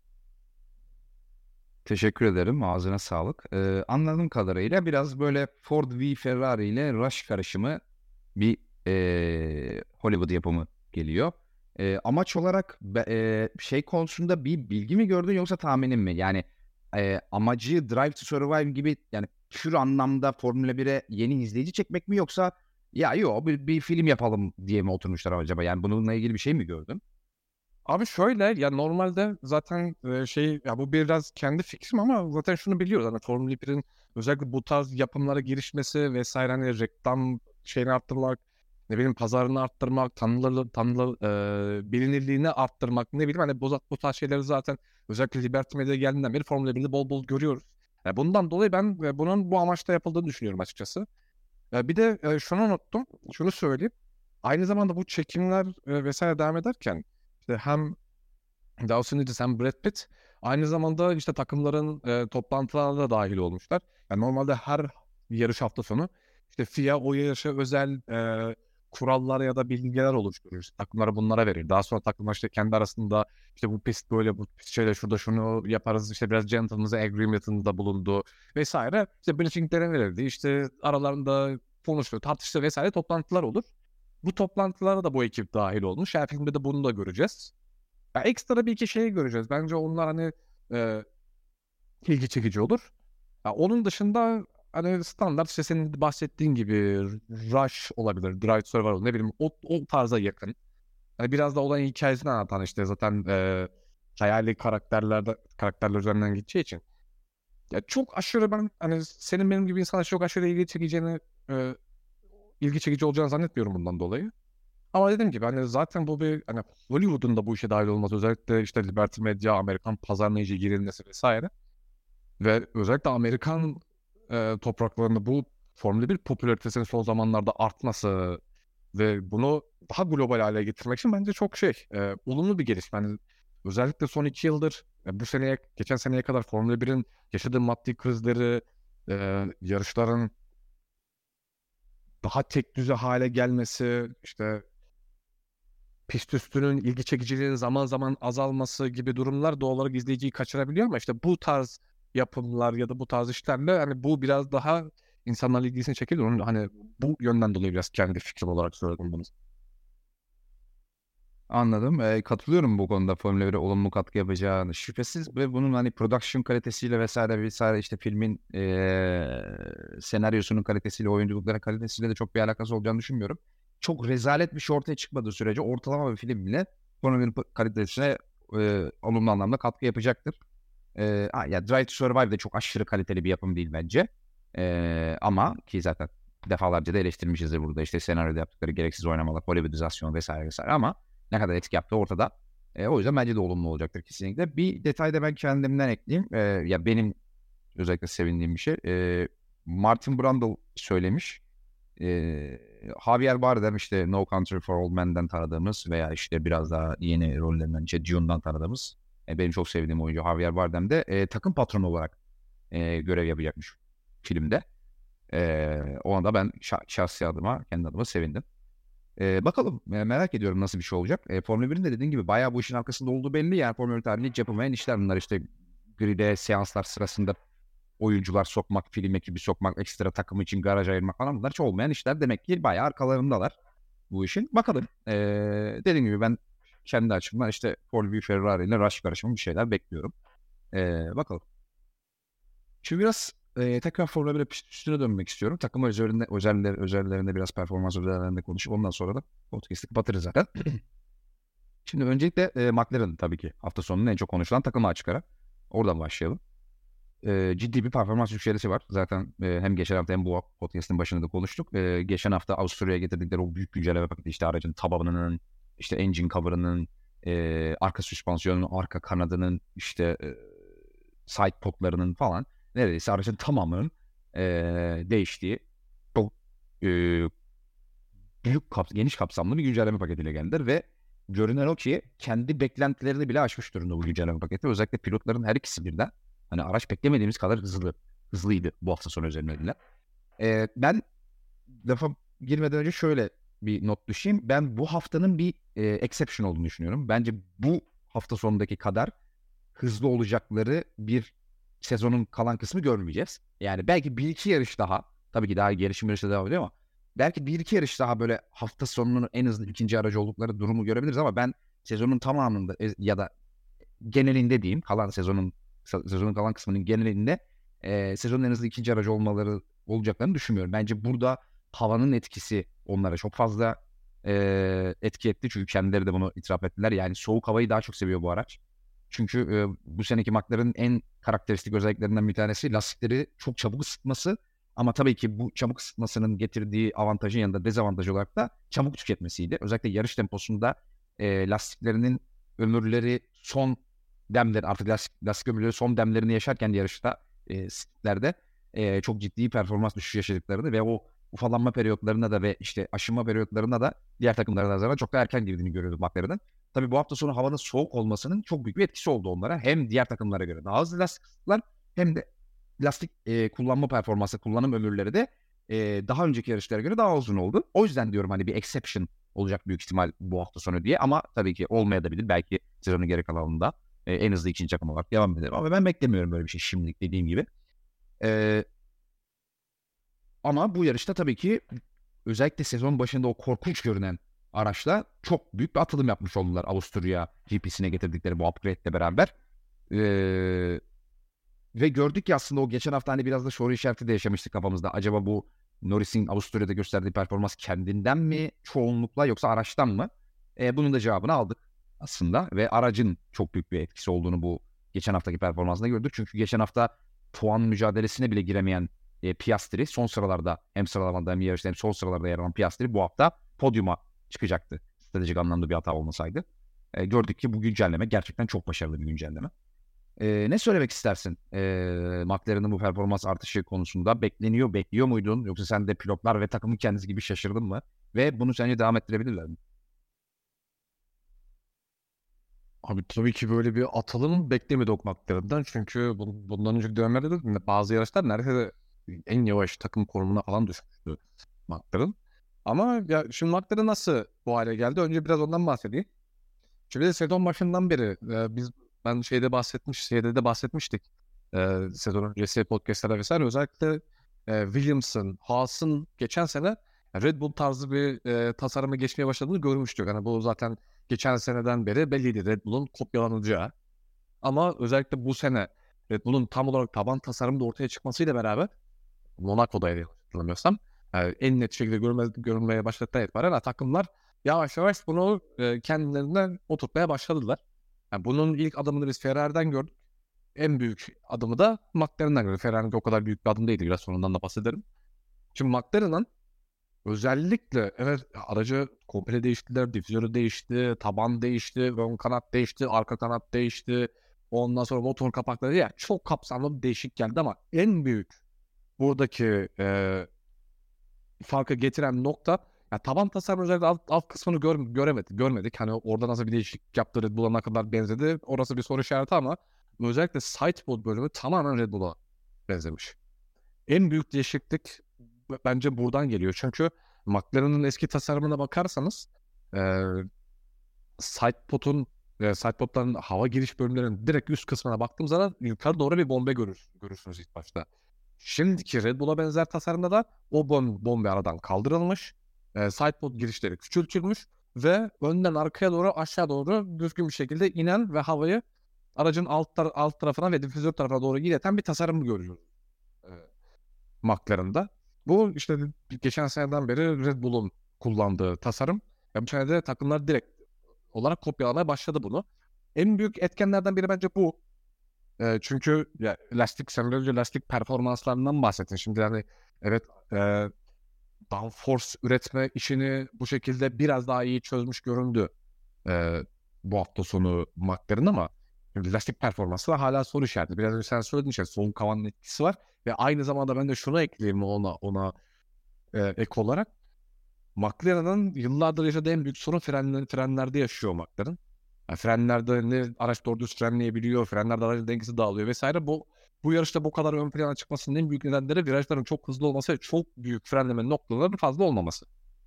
Teşekkür ederim. Ağzına sağlık. Anladığım kadarıyla biraz böyle Ford v Ferrari ile Rush karışımı bir Hollywood yapımı geliyor. Amaç olarak şey konusunda bir bilgi mi gördün yoksa tahminin mi? Yani amacı Drive to Survive gibi yani pür anlamda Formula 1'e yeni izleyici çekmek mi yoksa ya yok bir film yapalım diye mi oturmuşlar acaba? Yani bununla ilgili bir şey mi gördün? Abi şöyle ya normalde zaten ya bu biraz kendi fikrim ama zaten şunu biliyoruz hani Formula 1'in özellikle bu tarz yapımlara girişmesi vesaire hani reklam şeyini arttırmak ne bileyim pazarını arttırmak bilinirliğini arttırmak ne bileyim hani bu tarz şeyleri zaten özellikle Liberty Media geldiğinden beri Formula 1'de bol bol görüyoruz. Bundan dolayı ben bunun bu amaçla yapıldığını düşünüyorum açıkçası. Bir de şunu unuttum. Şunu söyleyeyim. Aynı zamanda bu çekimler vesaire devam ederken işte hem Dawson Idris hem Brad Pitt aynı zamanda işte takımların toplantılarına da dahil olmuşlar. Yani normalde her yarış hafta sonu işte FIA o yarışa özel kurallar ya da bilgiler oluşturur. İşte takımlara bunlara verir. Daha sonra takımlar işte kendi arasında işte bu pist böyle bu pist şöyle şurada şunu yaparız işte biraz gentleman's agreement'ında bulundu vesaire. İşte briefing'lere verildi. İşte aralarında konuştu, tartıştı vesaire toplantılar olur. Bu toplantılara da bu ekip dahil olmuş. Yani filmde de bunu da göreceğiz. Ya ekstra bir iki şey göreceğiz. Bence onlar hani e, ilgi çekici olur. Ya onun dışında hani standart işte senin bahsettiğin gibi Rush olabilir, Drive to Survival ne bileyim o tarza yakın. hani biraz da olayın hikayesini anlatan işte zaten hayali karakterler üzerinden gideceği için. Ya çok aşırı ben hani senin benim gibi insana çok aşırı ilgi çekici olacağını zannetmiyorum bundan dolayı. Ama dediğim gibi hani zaten bu bir hani Hollywood'un da bu işe dahil olması, özellikle işte Liberty Media, Amerikan pazarlayıcı girilmesi vesaire ve özellikle Amerikan topraklarında bu Formula 1 popülaritesinin son zamanlarda artması ve bunu daha global hale getirmek için bence çok olumlu bir gelişme. Yani özellikle son 2 yıldır geçen seneye kadar Formula 1'in yaşadığı maddi krizleri, yarışların daha tek düze hale gelmesi, işte pist üstünün ilgi çekiciliğinin zaman zaman azalması gibi durumlar doğal olarak izleyiciyi kaçırabiliyor ama işte bu tarz yapımlar ya da bu tarz işlerle hani bu biraz daha insanların ilgisini çekiyor. Onun hani bu yönden dolayı biraz kendi fikrim olarak söyledim bunu. Anladım. Katılıyorum bu konuda Formula 1'e olumlu katkı yapacağını. Şüphesiz ve bunun hani production kalitesiyle vesaire işte filmin senaryosunun kalitesiyle, oyunculukların kalitesiyle de çok bir alakası olacağını düşünmüyorum. Çok rezalet bir şey ortaya çıkmadığı sürece ortalama bir film bile Formula 1'in kalitesine olumlu anlamda katkı yapacaktır. Ya Drive to Survive de çok aşırı kaliteli bir yapım değil bence. Ama ki zaten defalarca da eleştirmişizdir burada. İşte senaryoda yaptıkları gereksiz oynamalar, Hollywoodizasyon vesaire ama ne kadar etki yaptığı ortada. O yüzden bence de olumlu olacaktır kesinlikle. Bir detay da ben kendimden ekleyeyim. Ya benim özellikle sevindiğim bir şey. Martin Brundle söylemiş. Javier Bardem işte No Country for Old Men'den tanıdığımız veya işte biraz daha yeni rollerinden işte Dune'dan tanıdığımız benim çok sevdiğim oyuncu Javier Bardem de takım patronu olarak görev yapacakmış filmde. Ona da ben şahsi adıma, kendi adıma sevindim. Bakalım merak ediyorum nasıl bir şey olacak. Formula 1'in de dediğin gibi bayağı bu işin arkasında olduğu belli. Yani Formula 1 tarihinde hiç yapılmayan işler bunlar. İşte gride seanslar sırasında oyuncular sokmak, film ekibi sokmak, ekstra takım için garaj ayırmak falan bunlar hiç olmayan işler. Demek ki bayağı arkalarındalar bu işin. Bakalım. Dediğim gibi ben kendi açımdan işte Paul V. Ferrari ile Rush karışımı bir şeyler bekliyorum. Bakalım. Şimdi biraz tekrar Formula 1'e üstüne dönmek istiyorum. Takım özellerinde biraz performans özellerinde konuşup ondan sonra da podcast'ı kapatırız zaten. Şimdi öncelikle McLaren tabii ki hafta sonunun en çok konuşulan takımı açık ara. Oradan başlayalım. Ciddi bir performans yükselişi var. Zaten hem geçen hafta hem bu podcast'ın başında da konuştuk. Geçen hafta Avusturya'ya getirdikleri o büyük güncelleme paketi işte aracın tabanının, işte engine cover'ının, arka süspansiyonunun, arka kanadının, işte side podlarının falan neredeyse aracın tamamının değiştiği çok geniş kapsamlı bir güncelleme paketiyle geldiler ve görünen o ki kendi beklentilerini bile aşmış durumda bu güncelleme paketi. Özellikle pilotların her ikisi birden hani araç beklemediğimiz kadar hızlıydı bu hafta sonu üzerinde. Ben lafa girmeden önce şöyle bir not düşeyim. Ben bu haftanın bir exception olduğunu düşünüyorum. Bence bu hafta sonundaki kadar hızlı olacakları bir sezonun kalan kısmı görmeyeceğiz. Yani belki bir iki yarış daha, tabii ki daha gelişim yarışı devam ediyor ama belki bir iki yarış daha böyle hafta sonunun en hızlı ikinci aracı oldukları durumu görebiliriz ama ben sezonun tamamında ya da genelinde diyeyim sezonun kalan kısmının genelinde sezonun en hızlı ikinci aracı olacaklarını düşünmüyorum. Bence burada havanın etkisi onlara çok fazla etki etti. Çünkü kendileri de bunu itiraf ettiler. Yani soğuk havayı daha çok seviyor bu araç. Çünkü bu seneki McLaren'ın en karakteristik özelliklerinden bir tanesi lastikleri çok çabuk ısıtması. Ama tabii ki bu çabuk ısıtmasının getirdiği avantajın yanında dezavantajı olarak da çabuk tüketmesiydi. Özellikle yarış temposunda lastiklerinin ömürleri son demleri artık lastik ömürleri son demlerini yaşarken yarışta splittlerde çok ciddi performans düşüşü yaşadıklarını ve o ufalanma periyotlarına da ve işte aşınma periyotlarına da diğer takımlara nazaran çok da erken girdiğini görüyorduk McLaren'ın. Tabii bu hafta sonu havanın soğuk olmasının çok büyük bir etkisi oldu onlara. Hem diğer takımlara göre daha hızlı lastik ısıttılar hem de lastik kullanma performansı, kullanım ömürleri de daha önceki yarışlara göre daha uzun oldu. O yüzden diyorum hani bir exception olacak büyük ihtimal bu hafta sonu diye ama tabii ki olmayabilir. Belki sezonun geri kalanında en hızlı ikinci takım olarak devam eder. Ama ben beklemiyorum böyle bir şey şimdilik dediğim gibi. Ama bu yarışta tabii ki özellikle sezon başında o korkunç görünen araçla çok büyük bir atılım yapmış oldular Avusturya GP'sine getirdikleri bu upgrade ile beraber. Ve gördük ki aslında o geçen hafta hani biraz da soru işareti de yaşamıştık kafamızda. Acaba bu Norris'in Avusturya'da gösterdiği performans kendinden mi çoğunlukla yoksa araçtan mı? Bunun da cevabını aldık aslında ve aracın çok büyük bir etkisi olduğunu bu geçen haftaki performansında gördük. Çünkü geçen hafta puan mücadelesine bile giremeyen Piastri son sıralarda hem sıralamada hem yarışta hem son sıralarda yer alan Piastri bu hafta podyuma çıkacaktı. Stratejik anlamda bir hata olmasaydı. Gördük ki bu güncelleme gerçekten çok başarılı bir güncelleme. Ne söylemek istersin McLaren'ın bu performans artışı konusunda? Bekliyor muydun? Yoksa sen de pilotlar ve takımın kendisi gibi şaşırdın mı? Ve bunu sence devam ettirebilirler mi? Abi tabii ki böyle bir atılım beklemedi McLaren'dan. Çünkü bundan önceki dönemlerde de bazı yarışlar neredeyse en yavaş takım konumuna falan düşmüştü McLaren. Ama ya şimdi McLaren nasıl bu hale geldi? Önce biraz ondan bahsedeyim. Şimdi de sezon başından beri ben şeyde de bahsetmiştik. Sezon öncesi podcast'larda vesaire özellikle Williams'ın, Haas'ın geçen sene Red Bull tarzı bir tasarıma geçmeye başladığını görmüştük. Yani bu zaten geçen seneden beri belliydi Red Bull'un kopyalanacağı. Ama özellikle bu sene Red Bull'un tam olarak taban tasarımda ortaya çıkmasıyla beraber Monaco'daydı hatırlamıyorsam. En net şekilde görülmeye başladıktan itibaren takımlar yavaş yavaş bunu kendilerinden oturtmaya başladılar. Yani bunun ilk adımını biz Ferrari'den gördük. En büyük adımı da McLaren'den gördük. Ferrari'nin o kadar büyük bir adım değildi. Biraz sonundan da bahsederim. Şimdi McLaren'ın özellikle evet aracı komple değiştiler. Difüzörü değişti, taban değişti, ön kanat değişti, arka kanat değişti. Ondan sonra motor kapakları ya çok kapsamlı bir değişik geldi ama en büyük buradaki farkı getiren nokta ya taban tasarımı özellikle alt kısmını görmedik. Hani orada nasıl bir değişiklik yaptı Red Bull'a ne kadar benzedi orası bir soru işareti ama özellikle sidepod bölümü tamamen Red Bull'a benzemiş. En büyük değişiklik bence buradan geliyor. Çünkü McLaren'ın eski tasarımına bakarsanız e, sidepod'ların hava giriş bölümlerinin direkt üst kısmına baktığım zaman yukarı doğru bir bombe görürsünüz ilk başta. Şimdiki Red Bull'a benzer tasarımda da o bombe aradan kaldırılmış. Sidepod girişleri küçültülmüş ve önden arkaya doğru aşağı doğru düzgün bir şekilde inen ve havayı aracın alt tarafına ve difüzör tarafına doğru ileten bir tasarım görüyoruz e, McLaren'da. Bu işte geçen seneden beri Red Bull'un kullandığı tasarım. Bu sene de takımlar direkt olarak kopyalamaya başladı bunu. En büyük etkenlerden biri bence bu. Çünkü ya, sen önce lastik performanslarından bahsettin. Şimdi yani evet downforce üretme işini bu şekilde biraz daha iyi çözmüş göründü e, bu hafta sonu McLaren ama şimdi lastik performansı da hala soru işareti. Biraz önce sen söyledin işte soğuk havanın etkisi var ve aynı zamanda ben de şunu ekleyeyim ona ek olarak. McLaren'ın yıllardır yaşadığı en büyük sorun frenlerde yaşıyor McLaren. Yani frenlerde ne araç doğru düz frenleyebiliyor, frenlerde aracın dengesi dağılıyor vesaire. Bu yarışta bu kadar ön plana çıkmasının en büyük nedenleri virajların çok hızlı olması ve çok büyük frenleme noktalarının fazla olmaması.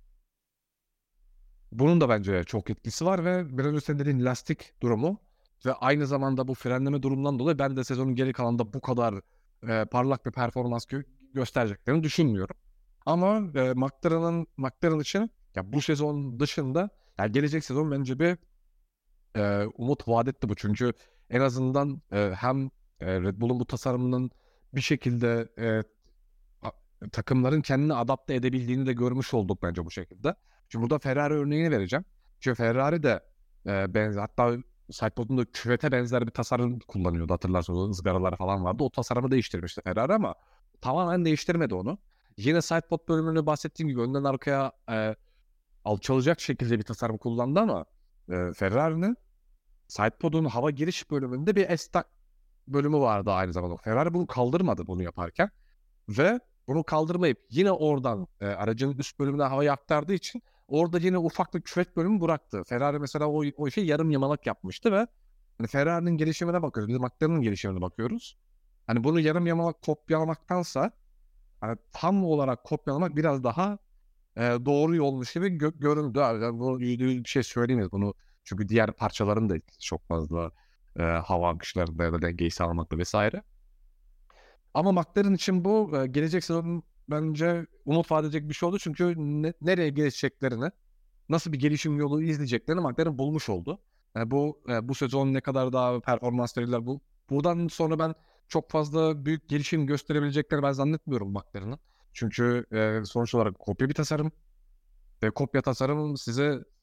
Bunun da bence çok etkisi var ve biraz önce senin dediğin lastik durumu ve aynı zamanda bu frenleme durumundan dolayı ben de sezonun geri kalanında bu kadar parlak bir performans göstereceklerini düşünmüyorum. Ama McLaren için ya bu sezon dışında yani gelecek sezon bence bir umut vaat etti bu. Çünkü en azından hem Red Bull'un bu tasarımının bir şekilde takımların kendini adapte edebildiğini de görmüş olduk bence bu şekilde. Şimdi burada Ferrari örneğini vereceğim. Çünkü Ferrari de benzer hatta sidepod'un da küvete benzer bir tasarım kullanıyordu hatırlarsanız. O ızgaralar falan vardı. O tasarımı değiştirmişti Ferrari ama tamamen değiştirmedi onu. Yine sidepod bölümünü bahsettiğim gibi önden arkaya alçalacak şekilde bir tasarım kullandı ama Ferrari'nin sidepod'un hava giriş bölümünde bir estak bölümü vardı aynı zamanda. Ferrari bunu kaldırmadı bunu yaparken ve bunu kaldırmayıp yine oradan aracın üst bölümüne havayı aktardığı için orada yine ufak bir küvet bölümü bıraktı. Ferrari mesela o işi yarım yamalak yapmıştı ve hani Ferrari'nin gelişimine bakıyoruz. Biz McLaren'ın gelişimine bakıyoruz. Hani bunu yarım yamalak kopyalamaktansa hani tam olarak kopyalamak biraz daha doğru yolmuş gibi göründü. Yani bunu %100 bir şey söyleyemeyiz. Bunu çünkü diğer parçaların da çok fazla hava akışlarında ya da dengeyi sağlamakla vesaire. Ama McLaren için bu gelecek sezon bence umut vaat edecek bir şey oldu. Çünkü nereye gelişeceklerini, nasıl bir gelişim yolu izleyeceklerini McLaren bulmuş oldu. Bu sezon ne kadar daha performans verirler bu. Buradan sonra ben çok fazla büyük gelişim gösterebileceklerini ben zannetmiyorum McLaren'ın. Çünkü sonuç olarak kopya bir tasarım ve kopya tasarım size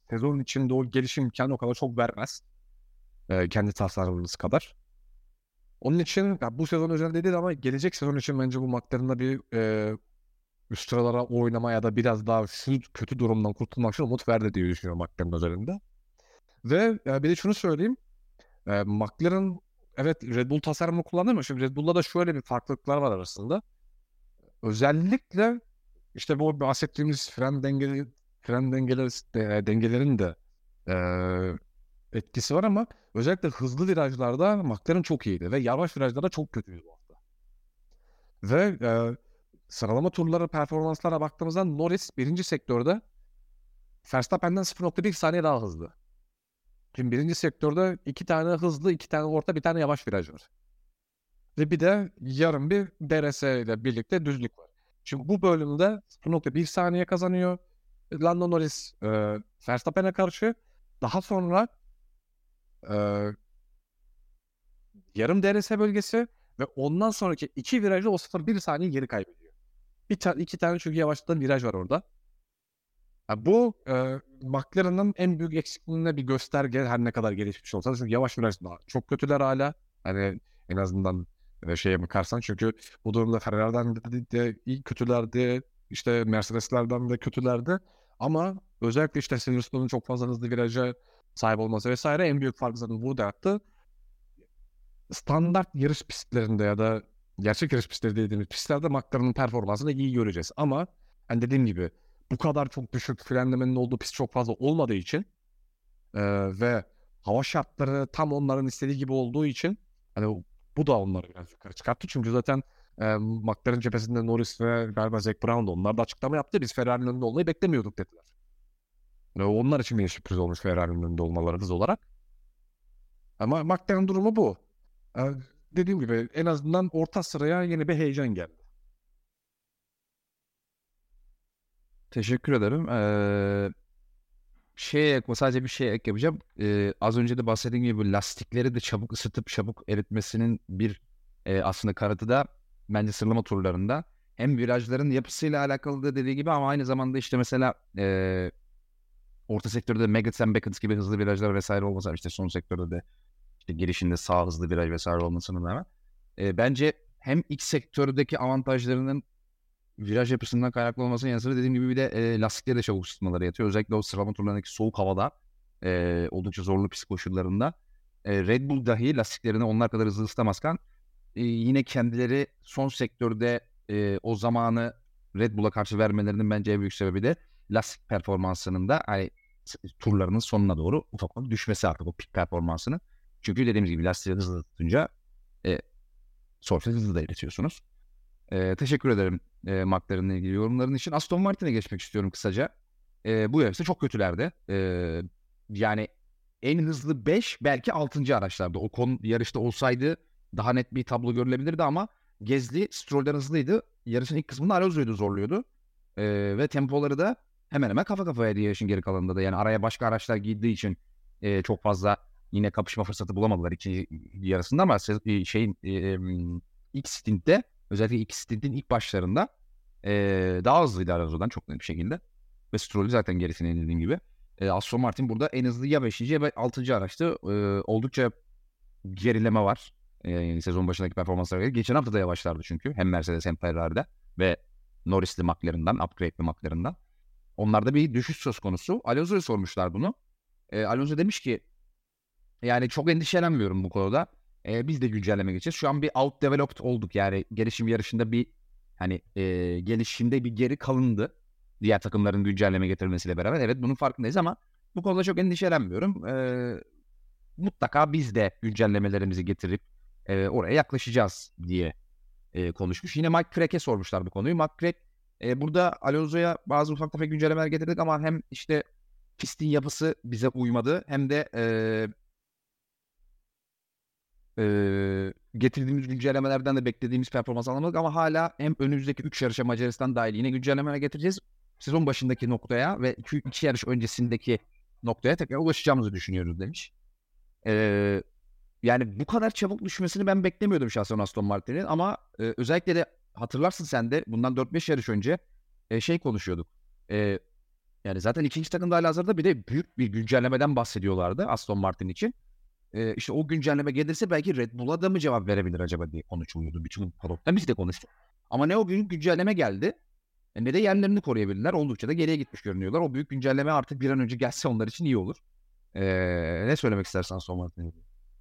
sezon içinde o gelişim imkanı o kadar çok vermez. Kendi tasarımınız kadar. Onun için ya bu sezon özel değil ama gelecek sezon için bence bu McLaren'da bir üst sıralara oynama ya da biraz daha şu kötü durumdan kurtulmak için umut verdi diye düşünüyorum McLaren özelinde. Ve bir de şunu söyleyeyim. McLaren evet Red Bull tasarımını kullanıyor ama şimdi Red Bull'da da şöyle bir farklılıklar var arasında. Özellikle işte bu bahsettiğimiz dengelerin de etkisi var ama özellikle hızlı virajlarda McLaren çok iyiydi ve yavaş virajlarda çok kötüydü bu hafta. Ve sıralama turları performanslara baktığımızda Norris birinci sektörde Verstappen'den 0.1 saniye daha hızlı. Şimdi birinci sektörde 2 tane hızlı, 2 tane orta, bir tane yavaş viraj var. Ve bir de yarım bir DRS ile birlikte düzlük var. Şimdi bu bölümde 0.1 saniye kazanıyor Lando Norris Verstappen'e karşı. Daha sonra e, yarım DRS bölgesi ve ondan sonraki 2 virajda o 0.1 saniye geri kaybediyor. İki tane çünkü yavaşlatan viraj var orada. Yani bu McLaren'ın en büyük eksikliğine bir gösterge her ne kadar gelişmiş olsa. Çünkü yavaş viraj daha çok kötüler hala. Hani en azından şeye bakarsan. Çünkü bu durumda Ferrari'den de iyi kötülerdi. İşte Mercedes'lerden de kötülerdi. Ama özellikle işte Silverstone'un çok fazla hızlı viraja sahip olması vesaire en büyük fark zaten burada yaptı. Standart yarış pistlerinde ya da gerçek yarış pistleri dediğimiz pistlerde McLaren'ın performansını iyi göreceğiz. Ama hani dediğim gibi bu kadar çok düşük frenlemenin olduğu pist çok fazla olmadığı için ve hava şartları tam onların istediği gibi olduğu için hani bu da onları biraz yukarı çıkarttı. Çünkü zaten McLaren cephesinde Norris ve galiba Zac Brown da onlar da açıklama yaptı. Biz Ferrari'nin önünde olmayı beklemiyorduk dediler. Onlar için bir sürpriz olmuş Ferrari'nin önünde olmaları hız olarak. Ama McLaren durumu bu. Dediğim gibi en azından orta sıraya yeni bir heyecan geldi. Teşekkür ederim. Sadece bir şey ek yapacağım. Az önce de bahsettiğim gibi bu lastikleri de çabuk ısıtıp çabuk eritmesinin bir aslında kanıtı da bence sıralama turlarında. Hem virajların yapısıyla alakalı da dediği gibi ama aynı zamanda işte mesela orta sektörde Maggots and Beckett gibi hızlı virajlar vesaire olmasa işte son sektörde de işte girişinde sağ hızlı viraj vesaire olmasına rağmen bence hem ilk sektördeki avantajlarının viraj yapısından kaynaklı olmasının yanı sıra dediğim gibi bir de lastikleri de çabuk ısıtmaları yatıyor. Özellikle o sıralama turlarındaki soğuk havada oldukça zorlu pist koşullarında Red Bull dahi lastiklerini onlar kadar hızlı ısıtamazken yine kendileri son sektörde o zamanı Red Bull'a karşı vermelerinin bence en büyük sebebi de lastik performansının da hani, turlarının sonuna doğru ufak ufak düşmesi artık o pik performansını. Çünkü dediğimiz gibi lastiği hızlı tutunca sonuçta hızlı da iletiyorsunuz. Teşekkür ederim McLaren'la ilgili yorumların için. Aston Martin'e geçmek istiyorum kısaca. Bu yarışta çok kötülerdi. Yani en hızlı 5 belki 6. araçlardı. O yarışta olsaydı daha net bir tablo görülebilirdi ama Gasly Stroll'den hızlıydı. Yarışın ilk kısmında Alonso'yu zorluyordu. Ve tempoları da hemen hemen kafa kafayaydı yarışın geri kalanında da. Yani araya başka araçlar girdiği için çok fazla yine kapışma fırsatı bulamadılar iki yarısında ama ilk stintte özellikle ilk stintin ilk başlarında daha hızlıydı Alonso'dan çok net bir şekilde. Ve Stroll'ü zaten gerisine dediğim gibi. Aston Martin burada en hızlı ya 5. ya 6. araçtı. Oldukça gerileme var. Sezon başındaki performanslara göre. Geçen hafta da yavaşlardı çünkü. Hem Mercedes hem Ferrari'de. Ve Norris'li McLaren'dan, upgrade'li McLaren'dan. Onlarda bir düşüş söz konusu. Alonso'ya sormuşlar bunu. Alonso demiş ki yani çok endişelenmiyorum bu konuda. Biz de güncelleme geçeceğiz. Şu an bir out developed olduk. Yani gelişim yarışında bir hani gelişimde bir geri kalındı. Diğer takımların güncelleme getirmesiyle beraber. Evet bunun farkındayız ama bu konuda çok endişelenmiyorum. Mutlaka biz de güncellemelerimizi getirip oraya yaklaşacağız diye konuşmuş. Yine Mike Crack'e sormuşlar bu konuyu. Mike Crack burada Alonso'ya bazı ufak tefek güncellemeler getirdik ama hem işte pistin yapısı bize uymadı hem de getirdiğimiz güncellemelerden de beklediğimiz performans alamadık ama hala hem önümüzdeki 3 yarışa Macaristan dahil yine güncellemeler getireceğiz. Sezon başındaki noktaya ve 2 yarış öncesindeki noktaya tekrar ulaşacağımızı düşünüyoruz demiş. Yani bu kadar çabuk düşmesini ben beklemiyordum şahsen Aston Martin'in ama özellikle de hatırlarsın sen de bundan 4-5 yarış önce konuşuyorduk. Yani zaten ikinci takımda halihazırda bir de büyük bir güncellemeden bahsediyorlardı Aston Martin için. İşte o güncelleme gelirse belki Red Bull'a da mı cevap verebilir acaba diye konuşuluyordu. Bütün padokta biz de konuştuk. Ama ne o büyük güncelleme geldi ne de yerlerini koruyabilirler. Oldukça da geriye gitmiş görünüyorlar. O büyük güncelleme artık bir an önce gelse onlar için iyi olur. Ne söylemek istersen Aston Martin'e?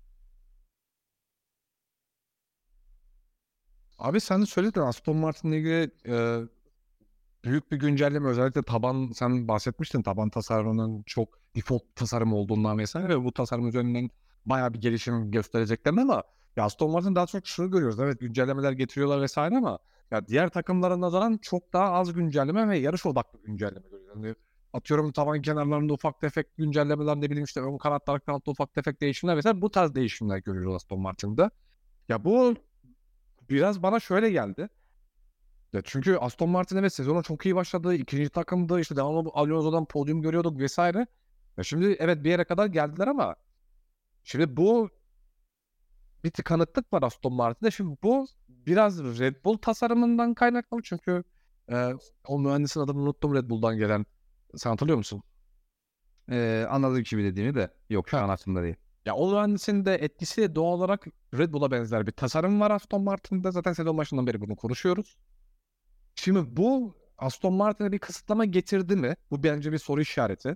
Abi sen de söyledin Aston Martin'le ilgili büyük bir güncelleme, özellikle taban, sen bahsetmiştin taban tasarımının çok default tasarım olduğundan vesaire ve bu tasarım üzerinden bayağı bir gelişim göstereceklerini, ama ya Aston Martin daha çok şunu görüyoruz. Evet, güncellemeler getiriyorlar vesaire ama ya diğer takımlara nazaran çok daha az güncelleme ve yarış odaklı güncelleme görüyoruz. Yani atıyorum taban kenarlarında ufak tefek güncellemeler, ne bileyim işte ön kanatlar kanatta ufak tefek değişimler vesaire, bu tarz değişimler görüyoruz Aston Martin'de. Ya bu biraz bana şöyle geldi. Ya çünkü Aston Martin evet sezona çok iyi başladı. İkinci takımdı. İşte devamlı Alonso'dan podyum görüyorduk vesaire. Ya şimdi evet bir yere kadar geldiler ama şimdi bu bir tıkanıklık var Aston Martin'de. Şimdi bu biraz Red Bull tasarımından kaynaklı. Çünkü o mühendisin adını unuttum, Red Bull'dan gelen. Sen hatırlıyor musun? Anladım kimi dediğini de. Yok, şu Ha. an aklımda değil. Ya o mühendisin de etkisi doğal olarak Red Bull'a benzer bir tasarım var Aston Martin'de. Zaten sezon başından beri bunu konuşuyoruz. Şimdi bu Aston Martin'e bir kısıtlama getirdi mi? Bu bence bir soru işareti.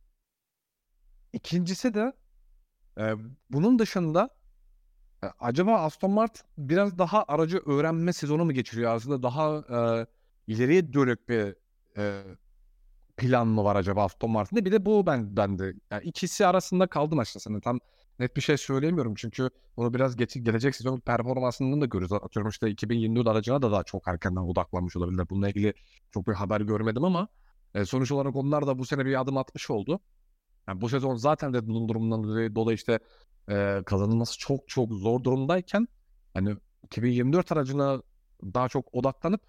İkincisi de e, bunun dışında acaba Aston Martin biraz daha aracı öğrenme sezonu mu geçiriyor? Aslında daha ileriye dönük bir e, plan mı var acaba Aston Martin'de? Bir de bu ben de yani ikisi arasında kaldım açıkçası. Yani tam net bir şey söyleyemiyorum çünkü bunu biraz gelecek sezon performansından da görüyoruz. Atıyorum işte 2024 aracına da daha çok erkenden odaklanmış olabilirler. Bununla ilgili çok bir haber görmedim ama sonuç olarak onlar da bu sene bir adım atmış oldu. Yani bu sezon zaten de bunun durumundan dolayı işte kazanılması çok çok zor durumdayken hani 2024 aracına daha çok odaklanıp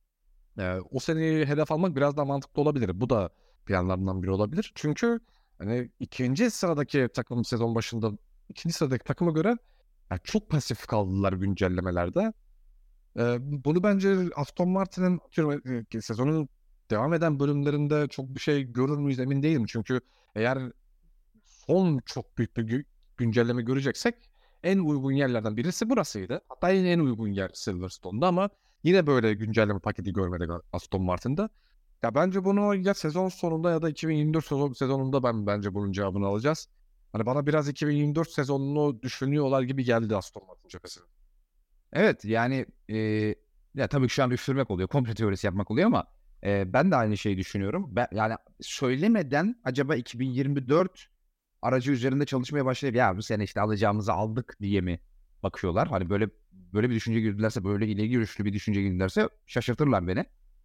o seneyi hedef almak biraz daha mantıklı olabilir. Bu da planlarından biri olabilir. Çünkü hani ikinci sıradaki takım sezon başında ikinci sıradaki takıma göre yani çok pasif kaldılar güncellemelerde. Bunu bence Aston Martin'in sezonun devam eden bölümlerinde çok bir şey görür müyüz emin değilim. Çünkü eğer son çok büyük bir güncelleme göreceksek en uygun yerlerden birisi burasıydı. Hatta en uygun yer Silverstone'da ama yine böyle güncelleme paketi görmedik Aston Martin'da. Ya bence bunu ya sezon sonunda ya da 2024 sezonunda bence bunun cevabını alacağız. Hani bana biraz 2024 sezonunu düşünüyorlar gibi geldi Aston Martin cephesi. Evet yani ya tabii ki şu an üfürmek oluyor. Komplo teorisi yapmak oluyor ama ben de aynı şeyi düşünüyorum. Yani söylemeden acaba 2024 aracı üzerinde çalışmaya başlayıp ya bu sene işte alacağımızı aldık diye mi bakıyorlar? Hani böyle bir düşünce girdilerse, böyle ileri görüşlü bir düşünce girdilerse şaşırtırlar beni.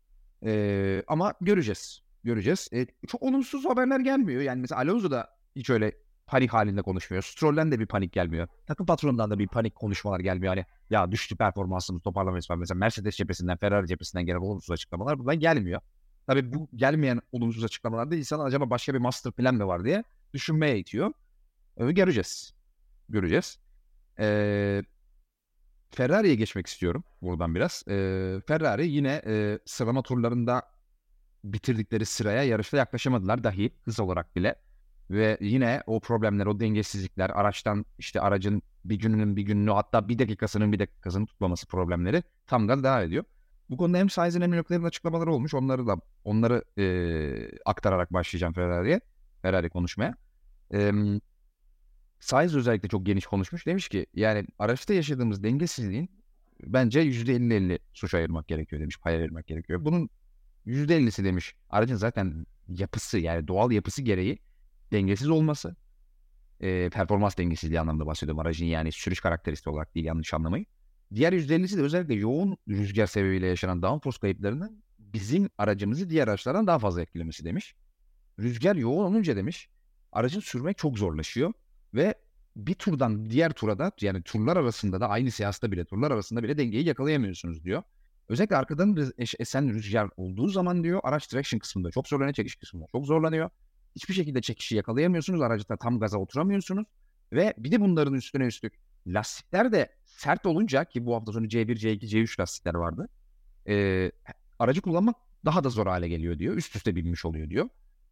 Ama göreceğiz. Göreceğiz. Çok olumsuz haberler gelmiyor. Yani mesela Alonso da hiç öyle panik halinde konuşmuyor. Stroll'den de bir panik gelmiyor. Takım patronundan da bir panik konuşmalar gelmiyor. Hani ya düştü performansımız, toparlamayız falan. Mesela Mercedes cephesinden, Ferrari cephesinden gelen olumsuz açıklamalar buradan gelmiyor. Tabii bu gelmeyen olumsuz açıklamalarda insan acaba başka bir master plan mı var diye düşünmeye itiyor. Göreceğiz. Göreceğiz. Ee, Ferrari'ye geçmek istiyorum buradan biraz. Ferrari yine sıralama turlarında bitirdikleri sıraya yarışta yaklaşamadılar dahi hız olarak bile. Ve yine o problemler, o dengesizlikler, araçtan işte aracın bir gününü hatta bir dakikasının bir dakikasını tutmaması problemleri tam gaz devam ediyor. Bu konuda hem Sainz'in hem Leclerc'in açıklamaları olmuş. Onları aktararak başlayacağım Ferrari konuşmaya. Sainz özellikle çok geniş konuşmuş. Demiş ki yani araçta yaşadığımız dengesizliğin bence %50-50 suç ayırmak gerekiyor demiş. Pay ayırmak gerekiyor. Bunun %50'si demiş aracın zaten yapısı yani doğal yapısı gereği dengesiz olması. Performans dengesizliği anlamda bahsediyorum. Aracın yani sürüş karakteristiği olarak değil, yanlış anlamayın. Diğer %50'si de özellikle yoğun rüzgar sebebiyle yaşanan downforce kayıplarının bizim aracımızı diğer araçlardan daha fazla etkilemesi demiş. Rüzgar yoğun olunca demiş aracın sürmek çok zorlaşıyor ve bir turdan diğer tura da yani turlar arasında da aynı seansta bile turlar arasında bile dengeyi yakalayamıyorsunuz diyor. Özellikle arkadan esen rüzgar olduğu zaman diyor araç traction kısmında çok zorlanıyor, çekiş kısmında çok zorlanıyor. Hiçbir şekilde çekişi yakalayamıyorsunuz, aracı tam gaza oturamıyorsunuz ve bir de bunların üstüne üstlük lastikler de sert olunca ki bu hafta sonu C1, C2, C3 lastikler vardı. Aracı kullanmak daha da zor hale geliyor diyor. Üst üste binmiş oluyor diyor.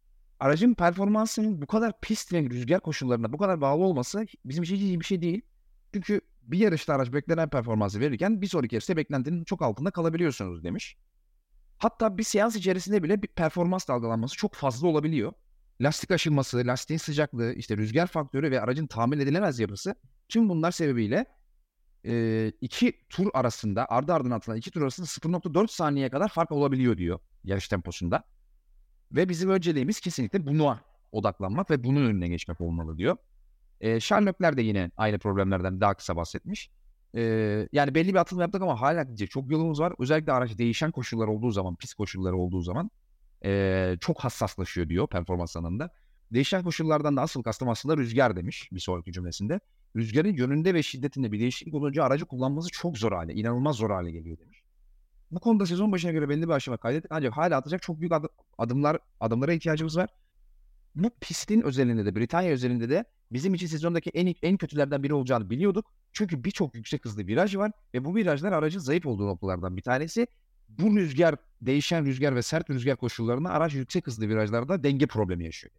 aracın performansının bu kadar pist ve rüzgar koşullarına bu kadar bağlı olması bizim için iyi bir şey değil. Çünkü bir yarışta araç beklenen performansı verirken bir sonraki yarışta beklentinin çok altında kalabiliyorsunuz demiş. Hatta bir seans içerisinde bile bir performans dalgalanması çok fazla olabiliyor. Lastik aşınması, lastiğin sıcaklığı, işte rüzgar faktörü ve aracın tahmin edilemez yapısı, tüm bunlar sebebiyle iki tur arasında, ardı ardına atılan iki tur arasında 0.4 saniyeye kadar fark olabiliyor diyor yarış temposunda. Ve bizim önceliğimiz kesinlikle buna odaklanmak ve bunun önüne geçmek olmalı diyor. Charles Leclerc de yine aynı problemlerden daha kısa bahsetmiş. Yani belli bir atılım yaptık ama hala gidecek çok yolumuz var. Özellikle araç değişen koşullar olduğu zaman, pist koşulları olduğu zaman çok hassaslaşıyor diyor performans alanında. Değişen koşullardan da asıl kastım aslında rüzgar demiş bir sonraki cümlesinde. Rüzgarın yönünde ve şiddetinde bir değişiklik olunca aracı kullanması çok zor hale, inanılmaz zor hale geliyor demiş. Bu konuda sezon başına göre belli bir aşama kaydettik ancak hala atacak çok büyük adımlara ihtiyacımız var. Bu pistin özelinde de, Britanya özelinde de bizim için sezondaki en kötülerden biri olacağını biliyorduk. Çünkü birçok yüksek hızlı viraj var ve bu virajlar aracın zayıf olduğu noktalardan bir tanesi. Bu rüzgar, değişen rüzgar ve sert rüzgar koşullarında araç yüksek hızlı virajlarda denge problemi yaşıyor.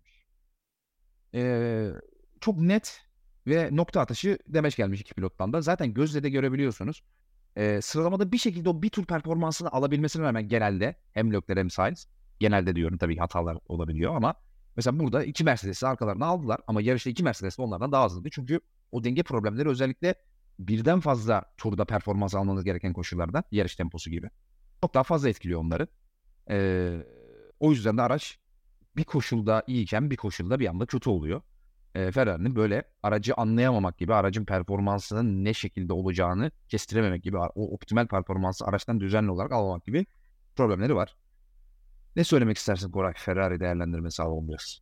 Çok net ve nokta atışı demeç gelmiş iki pilottan da. Zaten gözle de görebiliyorsunuz. Sıralamada bir şekilde o bir tur performansını alabilmesine rağmen genelde hem Leclerc hem Sainz, genelde diyorum tabii hatalar olabiliyor ama mesela burada iki Mercedes'i arkalarına aldılar ama yarışta iki Mercedes de onlardan daha hızlıydı. Çünkü o denge problemleri özellikle birden fazla turda performans almanız gereken koşullarda, yarış temposu gibi, çok daha fazla etkiliyor onları. O yüzden de araç bir koşulda iyiyken bir koşulda bir anda kötü oluyor. Ferrari'nin böyle aracı anlayamamak gibi, aracın performansının ne şekilde olacağını kestirememek gibi, o optimal performansı araçtan düzenli olarak almamak gibi problemleri var. Ne söylemek istersin Koray, Ferrari değerlendirmesi alalım biraz.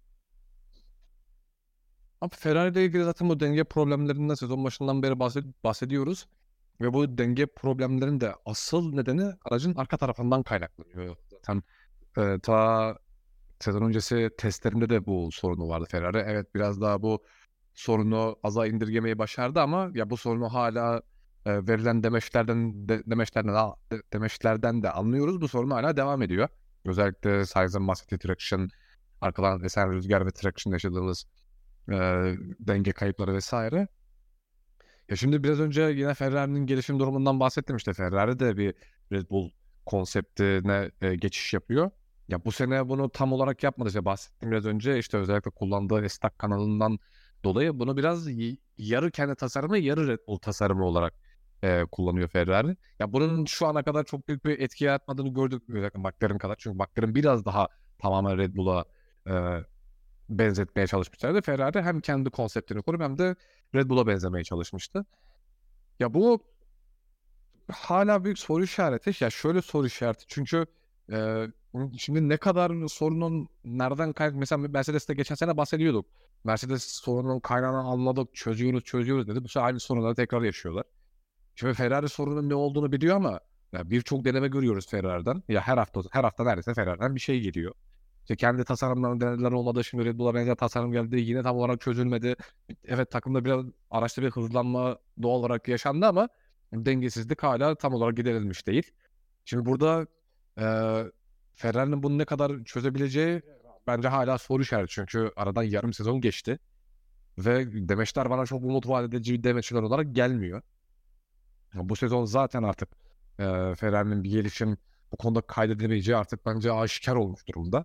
Abi Ferrari ile ilgili zaten bu denge problemlerinden sezon başından beri bahsediyoruz. Ve bu denge problemlerinin de asıl nedeni aracın arka tarafından kaynaklanıyor. Zaten ta sezon öncesi testlerinde de bu sorunu vardı Ferrari. Evet, biraz daha bu sorunu aza indirgemeyi başardı ama ya bu sorunu hala verilen demeçlerden de anlıyoruz. Bu sorun hala devam ediyor. Özellikle Sainz'ın bahsettiği traction, arkadan esen rüzgar ve traction yaşadığımız denge kayıpları vesaire. Ya şimdi biraz önce yine Ferrari'nin gelişim durumundan bahsettim, işte Ferrari de bir Red Bull konseptine geçiş yapıyor. Ya bu sene bunu tam olarak yapmadı. İşte bahsettim biraz önce, işte özellikle kullandığı S-Tac kanalından dolayı bunu biraz yarı kendi tasarımı, yarı Red Bull tasarımı olarak kullanıyor Ferrari. Ya bunun şu ana kadar çok büyük bir etki yaratmadığını gördük, özellikle McLaren kadar. Çünkü McLaren biraz daha tamamen Red Bull'a benzetmeye çalışmışlardı. Ferrari hem kendi konseptini kurup hem de Red Bull'a benzemeye çalışmıştı. Ya bu hala büyük soru işareti. Ya şöyle soru işareti. Çünkü şimdi ne kadar sorunun nereden kaynak... Mesela Mercedes'te geçen sene bahsediyorduk. Mercedes sorunun kaynağını anladık, çözüyoruz dedi. Bu sefer aynı sorunları tekrar yaşıyorlar. Şimdi Ferrari sorunun ne olduğunu biliyor ama ya birçok deneme görüyoruz Ferrari'den. Ya her hafta neredeyse Ferrari'den bir şey geliyor. İşte kendi tasarımlarını denediler, olmadı. Şimdi Red Bull'a benzer tasarım geldi. Yine tam olarak çözülmedi. Evet, takımda biraz araçta bir hızlanma doğal olarak yaşandı ama dengesizlik hala tam olarak giderilmiş değil. Şimdi burada e, Ferrari'nin bunu ne kadar çözebileceği bence hala soru işareti. Çünkü aradan yarım sezon geçti. Ve demeçler bana çok umut vaat edici demeçler olarak gelmiyor. Bu sezon zaten artık Ferrari'nin bir gelişim bu konuda kaydedemeyeceği artık bence aşikar olmuş durumda.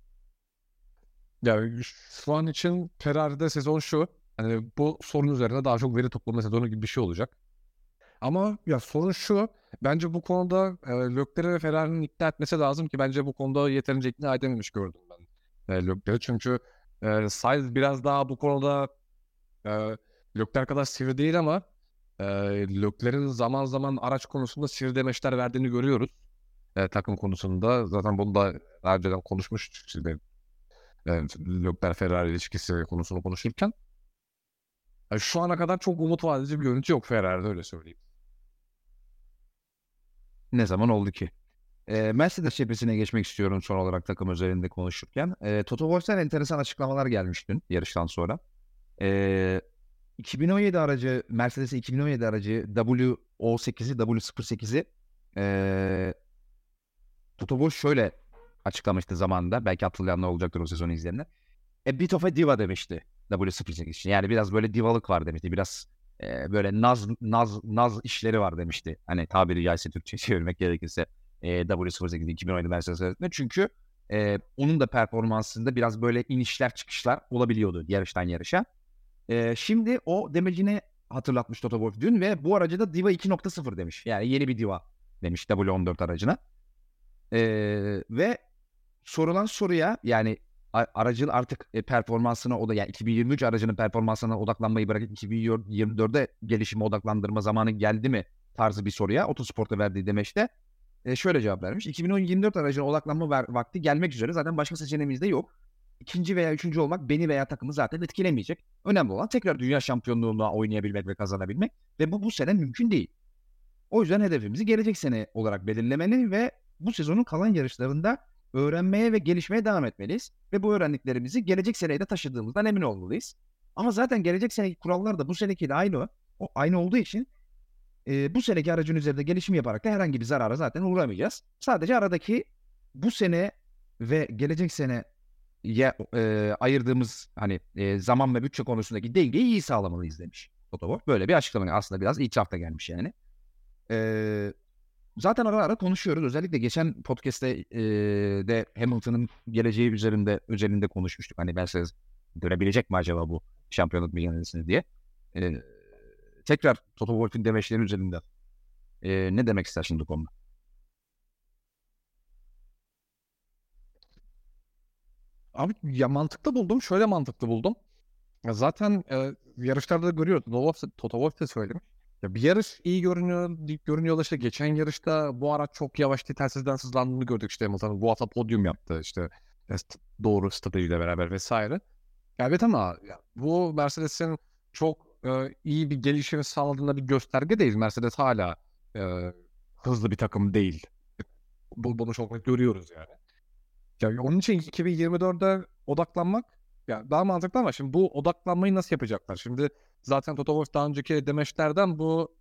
Yani şu an için Ferrari'de sezon şu. Hani bu sorun üzerine daha çok veri toplama sezonu gibi bir şey olacak. Ama ya sorun şu. Bence bu konuda Leclerc'i ve Ferrari'nin ikna etmesi lazım ki bence bu konuda yeterince ikna edememiş gördüm ben Leclerc'i. Çünkü Sainz biraz daha bu konuda Leclerc kadar sivri değil ama Leclerc'in zaman zaman araç konusunda sivri demeçler verdiğini görüyoruz. Takım konusunda. Zaten bunu da daha önceden konuşmuştuk. Şimdi Leclerc-Ferrari ilişkisi konusunu konuşurken. Yani şu ana kadar çok umut vadeci bir görüntü yok Ferrari'de, öyle söyleyeyim. Ne zaman oldu ki? Mercedes cephesine geçmek istiyorum son olarak takım özelinde konuşurken. Toto Wolff'ten enteresan açıklamalar gelmiş dün yarıştan sonra. 2017 aracı, Mercedes'in 2017 aracı W08'i, W08'i Toto Wolff şöyle açıklamıştı zamanında. Belki hatırlayanlar olacaktır o sezonu izleyenler. a bit of a diva demişti W08 için. Yani biraz böyle divalık var demişti. Biraz böyle naz işleri var demişti. Hani tabiri caizse Türkçe çevirmek gerekirse W08 2017 Mercedes. Çünkü onun da performansında biraz böyle inişler çıkışlar olabiliyordu yarıştan yarışa. Şimdi o demecini hatırlatmış Toto Wolff dün ve bu araca da Diva 2.0 demiş. Yani yeni bir Diva demiş W14 aracına. Ve sorulan soruya yani aracın artık performansına o da yani 2023 aracının performansına odaklanmayı bırakıp 2024'de gelişime odaklandırma zamanı geldi mi tarzı bir soruya Otosport'a verdiği demeçte şöyle cevap vermiş. 2024 aracına odaklanma vakti gelmek üzere. Zaten başka seçeneğimiz de yok. İkinci veya üçüncü olmak beni veya takımı zaten etkilemeyecek. Önemli olan tekrar dünya şampiyonluğuna oynayabilmek ve kazanabilmek. Ve bu sene mümkün değil. O yüzden hedefimizi gelecek sene olarak belirlemeli ve bu sezonun kalan yarışlarında öğrenmeye ve gelişmeye devam etmeliyiz. Ve bu öğrendiklerimizi gelecek seneye de taşıdığımızdan emin olmalıyız. Ama zaten gelecek seneki kurallar da bu senekiyle aynı olduğu için bu seneki aracın üzerinde gelişim yaparak da herhangi bir zarara zaten uğramayacağız. Sadece aradaki bu sene ve gelecek seneye ayırdığımız hani zaman ve bütçe konusundaki dengeyi iyi sağlamalıyız demiş Toto Wolff. Böyle bir açıklama aslında biraz itirafta gelmiş yani. Zaten ara ara konuşuyoruz. Özellikle geçen podcast'te de Hamilton'ın geleceği üzerinde konuşmuştuk. Hani Mercedes dönebilecek mi acaba bu şampiyonluk mücadelesini diye. Tekrar Toto Wolff'un demeçleri üzerinde ne demek ister şimdi bu konuda? Abi ya mantıklı buldum. Şöyle mantıklı buldum. Ya zaten yarışlarda da görüyoruz. Toto Wolff de söylemiş. Ya bir yarış iyi görünüyor işte. Geçen yarışta bu araç çok yavaş telsizden hızlandığını gördük işte Hamilton'ın. Bu hafta podyum yaptı işte. Doğru stratejiyle beraber vesaire. Ya evet ama bu Mercedes'in çok iyi bir gelişimi sağladığında bir gösterge değil. Mercedes hala hızlı bir takım değil. Bunu çok net görüyoruz yani. Ya onun için 2024'de odaklanmak ya daha mantıklı ama şimdi bu odaklanmayı nasıl yapacaklar? Şimdi zaten Toto Wolff daha önceki demeçlerden bu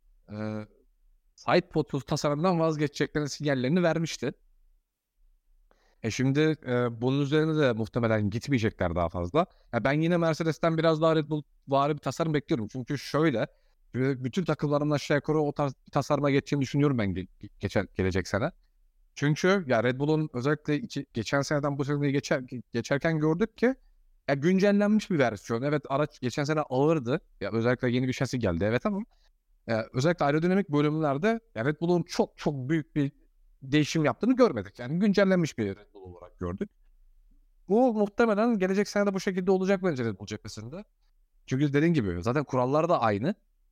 side pod tasarımdan vazgeçeceklerinin sinyallerini vermişti. Şimdi bunun üzerine de muhtemelen gitmeyecekler daha fazla. Ya ben yine Mercedes'ten biraz daha Red Bull vari bir tasarım bekliyorum. Çünkü şöyle bütün takımların aşağı yukarı o tarz bir tasarıma geçeceğini düşünüyorum ben gelecek sene. Çünkü ya Red Bull'un özellikle geçen seneden bu seneye geçerken gördük ki ya güncellenmiş bir versiyon. Evet araç geçen sene ağırdı. Ya özellikle yeni bir şasi geldi evet ama özellikle aerodinamik bölümlerde ya Red Bull'un çok çok büyük bir değişim yaptığını görmedik. Yani güncellenmiş bir Red Bull olarak gördük. Bu muhtemelen gelecek sene de bu şekilde olacak bence Red Bull cephesinde. Çünkü dediğin gibi zaten kurallar da aynı.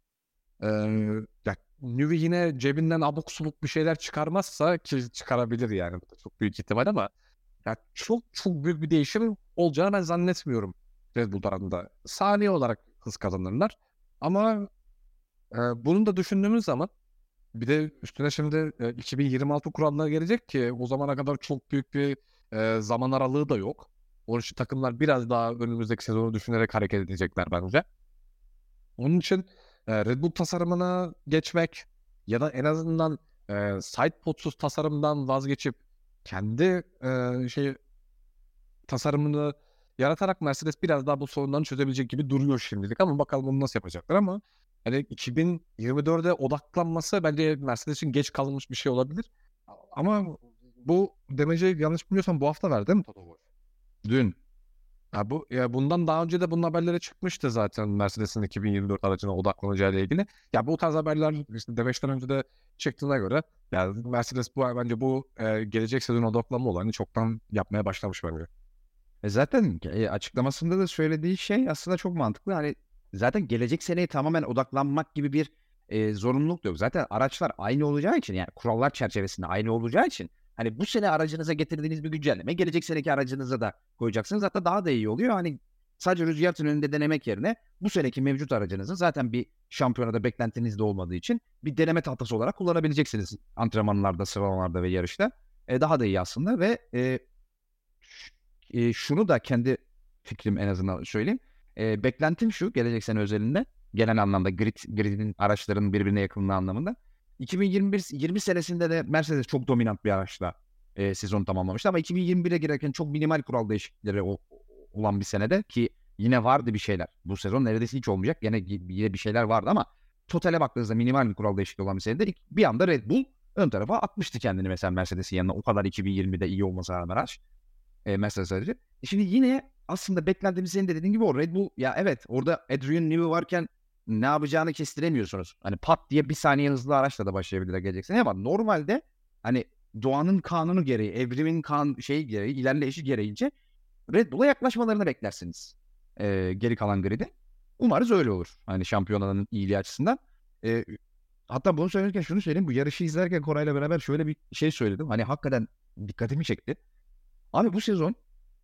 Ya Nüvi yine cebinden abuk subuk bir şeyler çıkarmazsa ki çıkarabilir yani. Bu da çok büyük ihtimal ama ya çok çok büyük bir değişim olacağını ben zannetmiyorum Red Bull tarafında. Saniye olarak hız kazanırlar. Ama bunu da düşündüğümüz zaman bir de üstüne şimdi 2026 kuralları gelecek ki o zamana kadar çok büyük bir zaman aralığı da yok. Onun için takımlar biraz daha önümüzdeki sezonu düşünerek hareket edecekler bence. Onun için Red Bull tasarımına geçmek ya da en azından side podsuz tasarımdan vazgeçip kendi tasarımını yaratarak Mercedes biraz daha bu sorunları çözebilecek gibi duruyor şimdilik ama bakalım bunu nasıl yapacaklar ama hani 2024'e odaklanması bence Mercedes için geç kalınmış bir şey olabilir. Ama bu demeci yanlış bilmiyorsam bu hafta verdi değil mi Toto Wolff? Dün. Bundan daha önce de bunun haberleri çıkmıştı zaten Mercedes'in 2024 aracına odaklanacağı ile ilgili. Ya bu tarz haberler işte demeçten önce de çıktığına göre yani Mercedes bence bu gelecek sezon odaklanma olayını çoktan yapmaya başlamış bence. Zaten açıklamasında da söylediği şey aslında çok mantıklı. Hani zaten gelecek seneye tamamen odaklanmak gibi bir zorunluluk da yok. Zaten araçlar aynı olacağı için yani kurallar çerçevesinde aynı olacağı için hani bu sene aracınıza getirdiğiniz bir güncelleme gelecek seneki aracınıza da koyacaksınız. Hatta daha da iyi oluyor. Hani sadece rüzgar tünelinde denemek yerine bu seneki mevcut aracınızı zaten bir şampiyonada beklentiniz de olmadığı için bir deneme tahtası olarak kullanabileceksiniz antrenmanlarda, sıralamalarda ve yarışta. Daha da iyi aslında ve şunu da kendi fikrim en azından söyleyeyim. Beklentim şu gelecek sene özelinde genel anlamda gridin araçların birbirine yakınlığı anlamında. 2021 senesinde de Mercedes çok dominant bir araçla sezonu tamamlamıştı ama 2021'e girerken çok minimal kural değişiklikleri olan bir senede ki yine vardı bir şeyler. Bu sezon neredeyse hiç olmayacak. Yine bir şeyler vardı ama totale baktığınızda minimal bir kural değişikliği olan bir senede bir anda Red Bull ön tarafa atmıştı kendini mesela Mercedes'in yanına. O kadar 2020'de iyi olmasına rağmen Mercedes aracı. Şimdi yine aslında beklentimiz senin de dediğin gibi o Red Bull ya evet orada Adrian Newey varken ne yapacağını kestiremiyorsunuz. Hani pat diye bir saniye hızlı araçla da başlayabilir gelecek sene ama normalde hani doğanın kanunu gereği, evrimin gereği, ilerleyişi gereğince Red Bull'a yaklaşmalarını beklersiniz. Geri kalan grid'e. Umarız öyle olur. Hani şampiyonanın iyiliği açısından. Hatta bunu söylerken şunu söyleyeyim. Bu yarışı izlerken Koray'la beraber şöyle bir şey söyledim. Hani hakikaten dikkatimi çekti. Abi bu sezon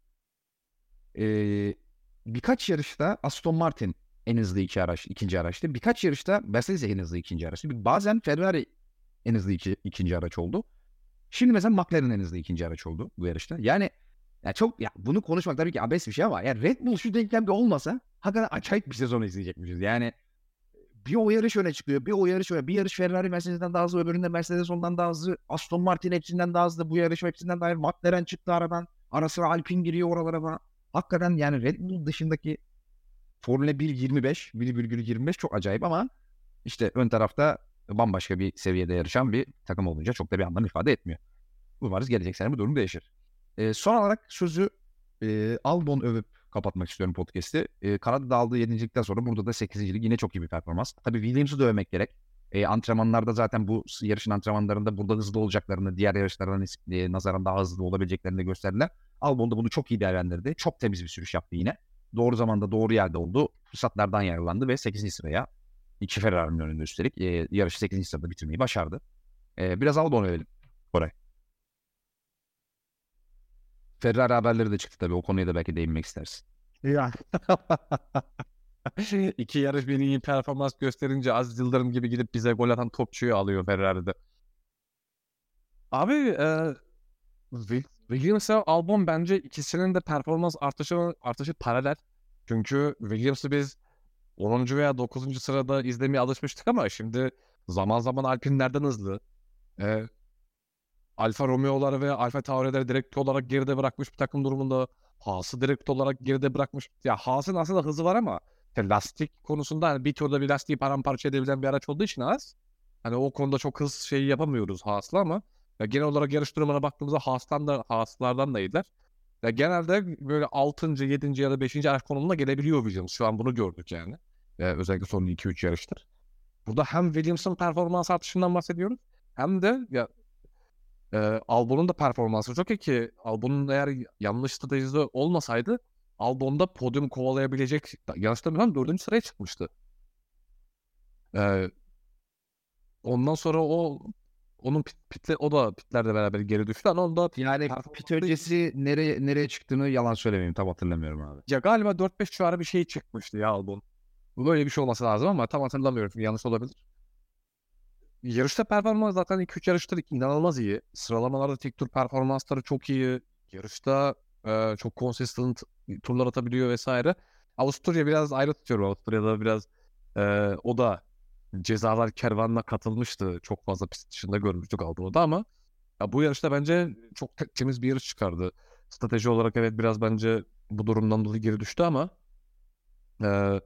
birkaç yarışta Aston Martin en hızlı ikinci araçtı. Birkaç yarışta Mercedes en hızlı ikinci araçtı. Bazen Ferrari en hızlı ikinci araç oldu. Şimdi mesela McLaren en hızlı ikinci araç oldu bu yarışta. Yani ya çok ya bunu konuşmak tabii ki abes bir şey ama ya Red Bull şu denklemde olmasa hakikaten acayip bir sezon izleyecekmişiz. Yani bir o yarış öne çıkıyor, bir o yarış öne. Bir yarış Ferrari Mercedes'den daha hızlı, öbüründe Mercedes ondan daha hızlı. Aston Martin hepsinden daha hızlı. Bu yarış hepsinden daha hızlı. McLaren çıktı aradan. Ara sıra Alpine giriyor oralara falan. Hakikaten yani Red Bull dışındaki Formula 1 25, 1,25 çok acayip ama işte ön tarafta bambaşka bir seviyede yarışan bir takım olunca çok da bir anlam ifade etmiyor. Umarız gelecek sene bu durum değişir. Son olarak sözü Albon övüp kapatmak istiyorum podcast'i. Kanada'da aldığı 7.likten sonra burada da 8.lik yine çok iyi bir performans. Tabii Williams'ı da övmek gerek. Antrenmanlarda zaten bu yarışın antrenmanlarında burada hızlı olacaklarını, diğer yarışlardan nazaran daha hızlı olabileceklerini de gösterdiler. Albon da bunu çok iyi değerlendirdi. Çok temiz bir sürüş yaptı yine. Doğru zamanda doğru yerde oldu. Fırsatlardan yararlandı ve 8. sıraya 2 Ferrari'nin önünde üstelik yarışı 8. sırada bitirmeyi başardı. Biraz Albon'u övelim. Koray. Ferrari haberleri de çıktı tabii. O konuya da belki değinmek istersin. Ya. İki yarış bir iyi performans gösterince Aziz Yıldırım gibi gidip bize gol atan topçuyu alıyor Ferrari'de. Abi Williams'a Albon bence ikisinin de performans artışı paralel. Çünkü Williams'ı biz 10. veya 9. sırada izlemeye alışmıştık ama şimdi zaman zaman Alpine'lerden hızlı. Alfa Romeo'ları ve Alfa Tauri'leri direkt olarak geride bırakmış bir takım durumunda. Haas'ı direkt olarak geride bırakmış. Ya Haas'ın aslında hızı var ama işte lastik konusunda hani bir turda bir lastiği paramparça edebilen bir araç olduğu için Haas. Hani o konuda çok hız şeyi yapamıyoruz Haas'la ama ya genel olarak yarış durumuna baktığımızda Haas'lardan da iyiler. Ya genelde böyle 6. 7. ya da 5. araç konumuna gelebiliyor Williams. Şu an bunu gördük yani. Özellikle son 2-3 yarıştır. Burada hem Williams'ın performans artışından bahsediyoruz hem de ya Albon'un da performansı çok iyi ki Albon'un eğer yanlış stratejisi olmasaydı Albon'da podyum kovalayabilecek yanlış hatırlamıyorsam 4. sıraya çıkmıştı. E, Ondan sonra onun o da pitlerle beraber geri düştü ama onda Yani pit öncesi nereye çıktığını yalan söylemeyeyim. Tam hatırlamıyorum abi. ya galiba 4-5 civarı bir şey çıkmıştı ya Albon. Böyle bir şey olması lazım ama tam hatırlamıyorum. Yanlış olabilir. Yarışta performans zaten 2-3 yarıştır inanılmaz iyi. Sıralamalarda tek tur performansları çok iyi. Yarışta çok consistent turlar atabiliyor vesaire. Avusturya biraz ayrı tutuyorum. Avusturya'da biraz o da cezalar kervanına katılmıştı. Çok fazla pist dışında görmüştük Albon'u da ama ya bu yarışta bence çok temiz bir yarış çıkardı. Strateji olarak evet biraz bence bu durumdan dolayı geri düştü ama e,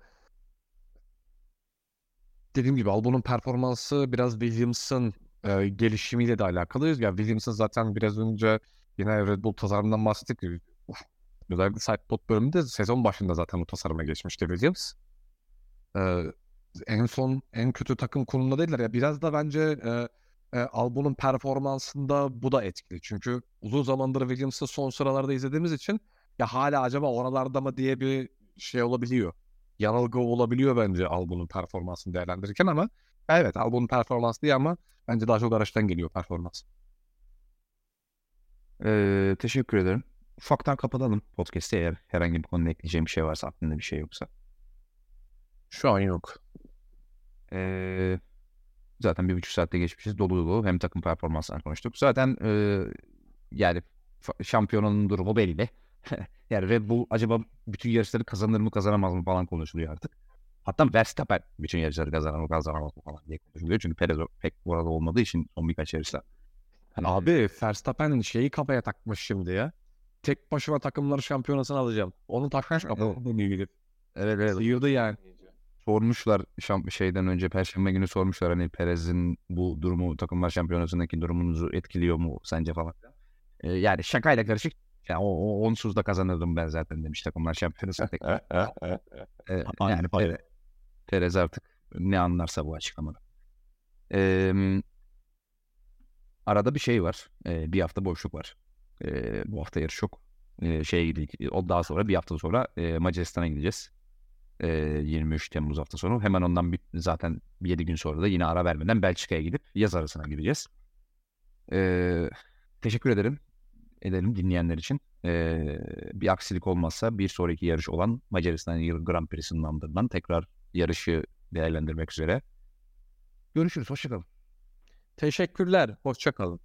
dediğim gibi Albon'un performansı biraz Williams'ın gelişimiyle de alakalı. Ya Williams'ın zaten biraz önce yine Red Bull tasarımından bahsettik. Özellikle sidepod bölümünde sezon başında zaten o tasarıma geçmişti Williams. E, En son en kötü takım konumunda değiller. Ya biraz da bence Albon'un performansında bu da etkili. Çünkü uzun zamandır Williams'ı son sıralarda izlediğimiz için ya hala acaba oralarda mı diye bir şey olabiliyor. Yanılgı olabiliyor bence Albon'un performansını değerlendirirken ama evet Albon'un performansı değil ama bence daha çok araçtan geliyor performans. Teşekkür ederim. Ufaktan kapatalım podcast'i eğer herhangi bir konuda ekleyeceğim bir şey varsa aklında bir şey yoksa. Şu an yok. Zaten 1,5 saatte geçmişiz. Dolu dolu hem takım performanslarını konuştuk. Zaten yani şampiyonun durumu belli. Yani Red Bull acaba bütün yarışları kazanır mı kazanamaz mı falan konuşuluyor artık. Hatta Verstappen bütün yarışları kazanır mı kazanamaz mı falan diye konuşuluyor. Çünkü Perez pek burada olmadığı için son birkaç yarışta. Abi Verstappen'in şeyi kafaya takmış şimdi ya. tek başıma takımlar şampiyonasını alacağım. Onu takmış kafamdan ilgili. Evet. Sıyırdı yani. Sormuşlar şeyden önce Perşembe günü sormuşlar hani Perez'in bu durumu takımlar şampiyonasındaki durumunuzu etkiliyor mu sence falan. Yani şakayla karışık. Yani onsuz da kazanırdım ben zaten demiş takımlar şampiyonasında tekrar. Yani Perez artık ne anlarsa bu açıklamada. Arada bir şey var. Bir hafta boşluk var. Bu hafta yarış yok. Şeye gidecek. O daha sonra bir hafta sonra Macaristan'a gideceğiz. 23 Temmuz hafta sonu. Hemen ondan zaten 7 gün sonra da yine ara vermeden Belçika'ya gidip yaz arasına gideceğiz. Teşekkür edelim dinleyenler için. Bir aksilik olmazsa bir sonraki yarış olan Macaristan Yıl Grand Prix'sinin ardından tekrar yarışı değerlendirmek üzere. Görüşürüz. Hoşçakalın. Teşekkürler. Hoşça kalın.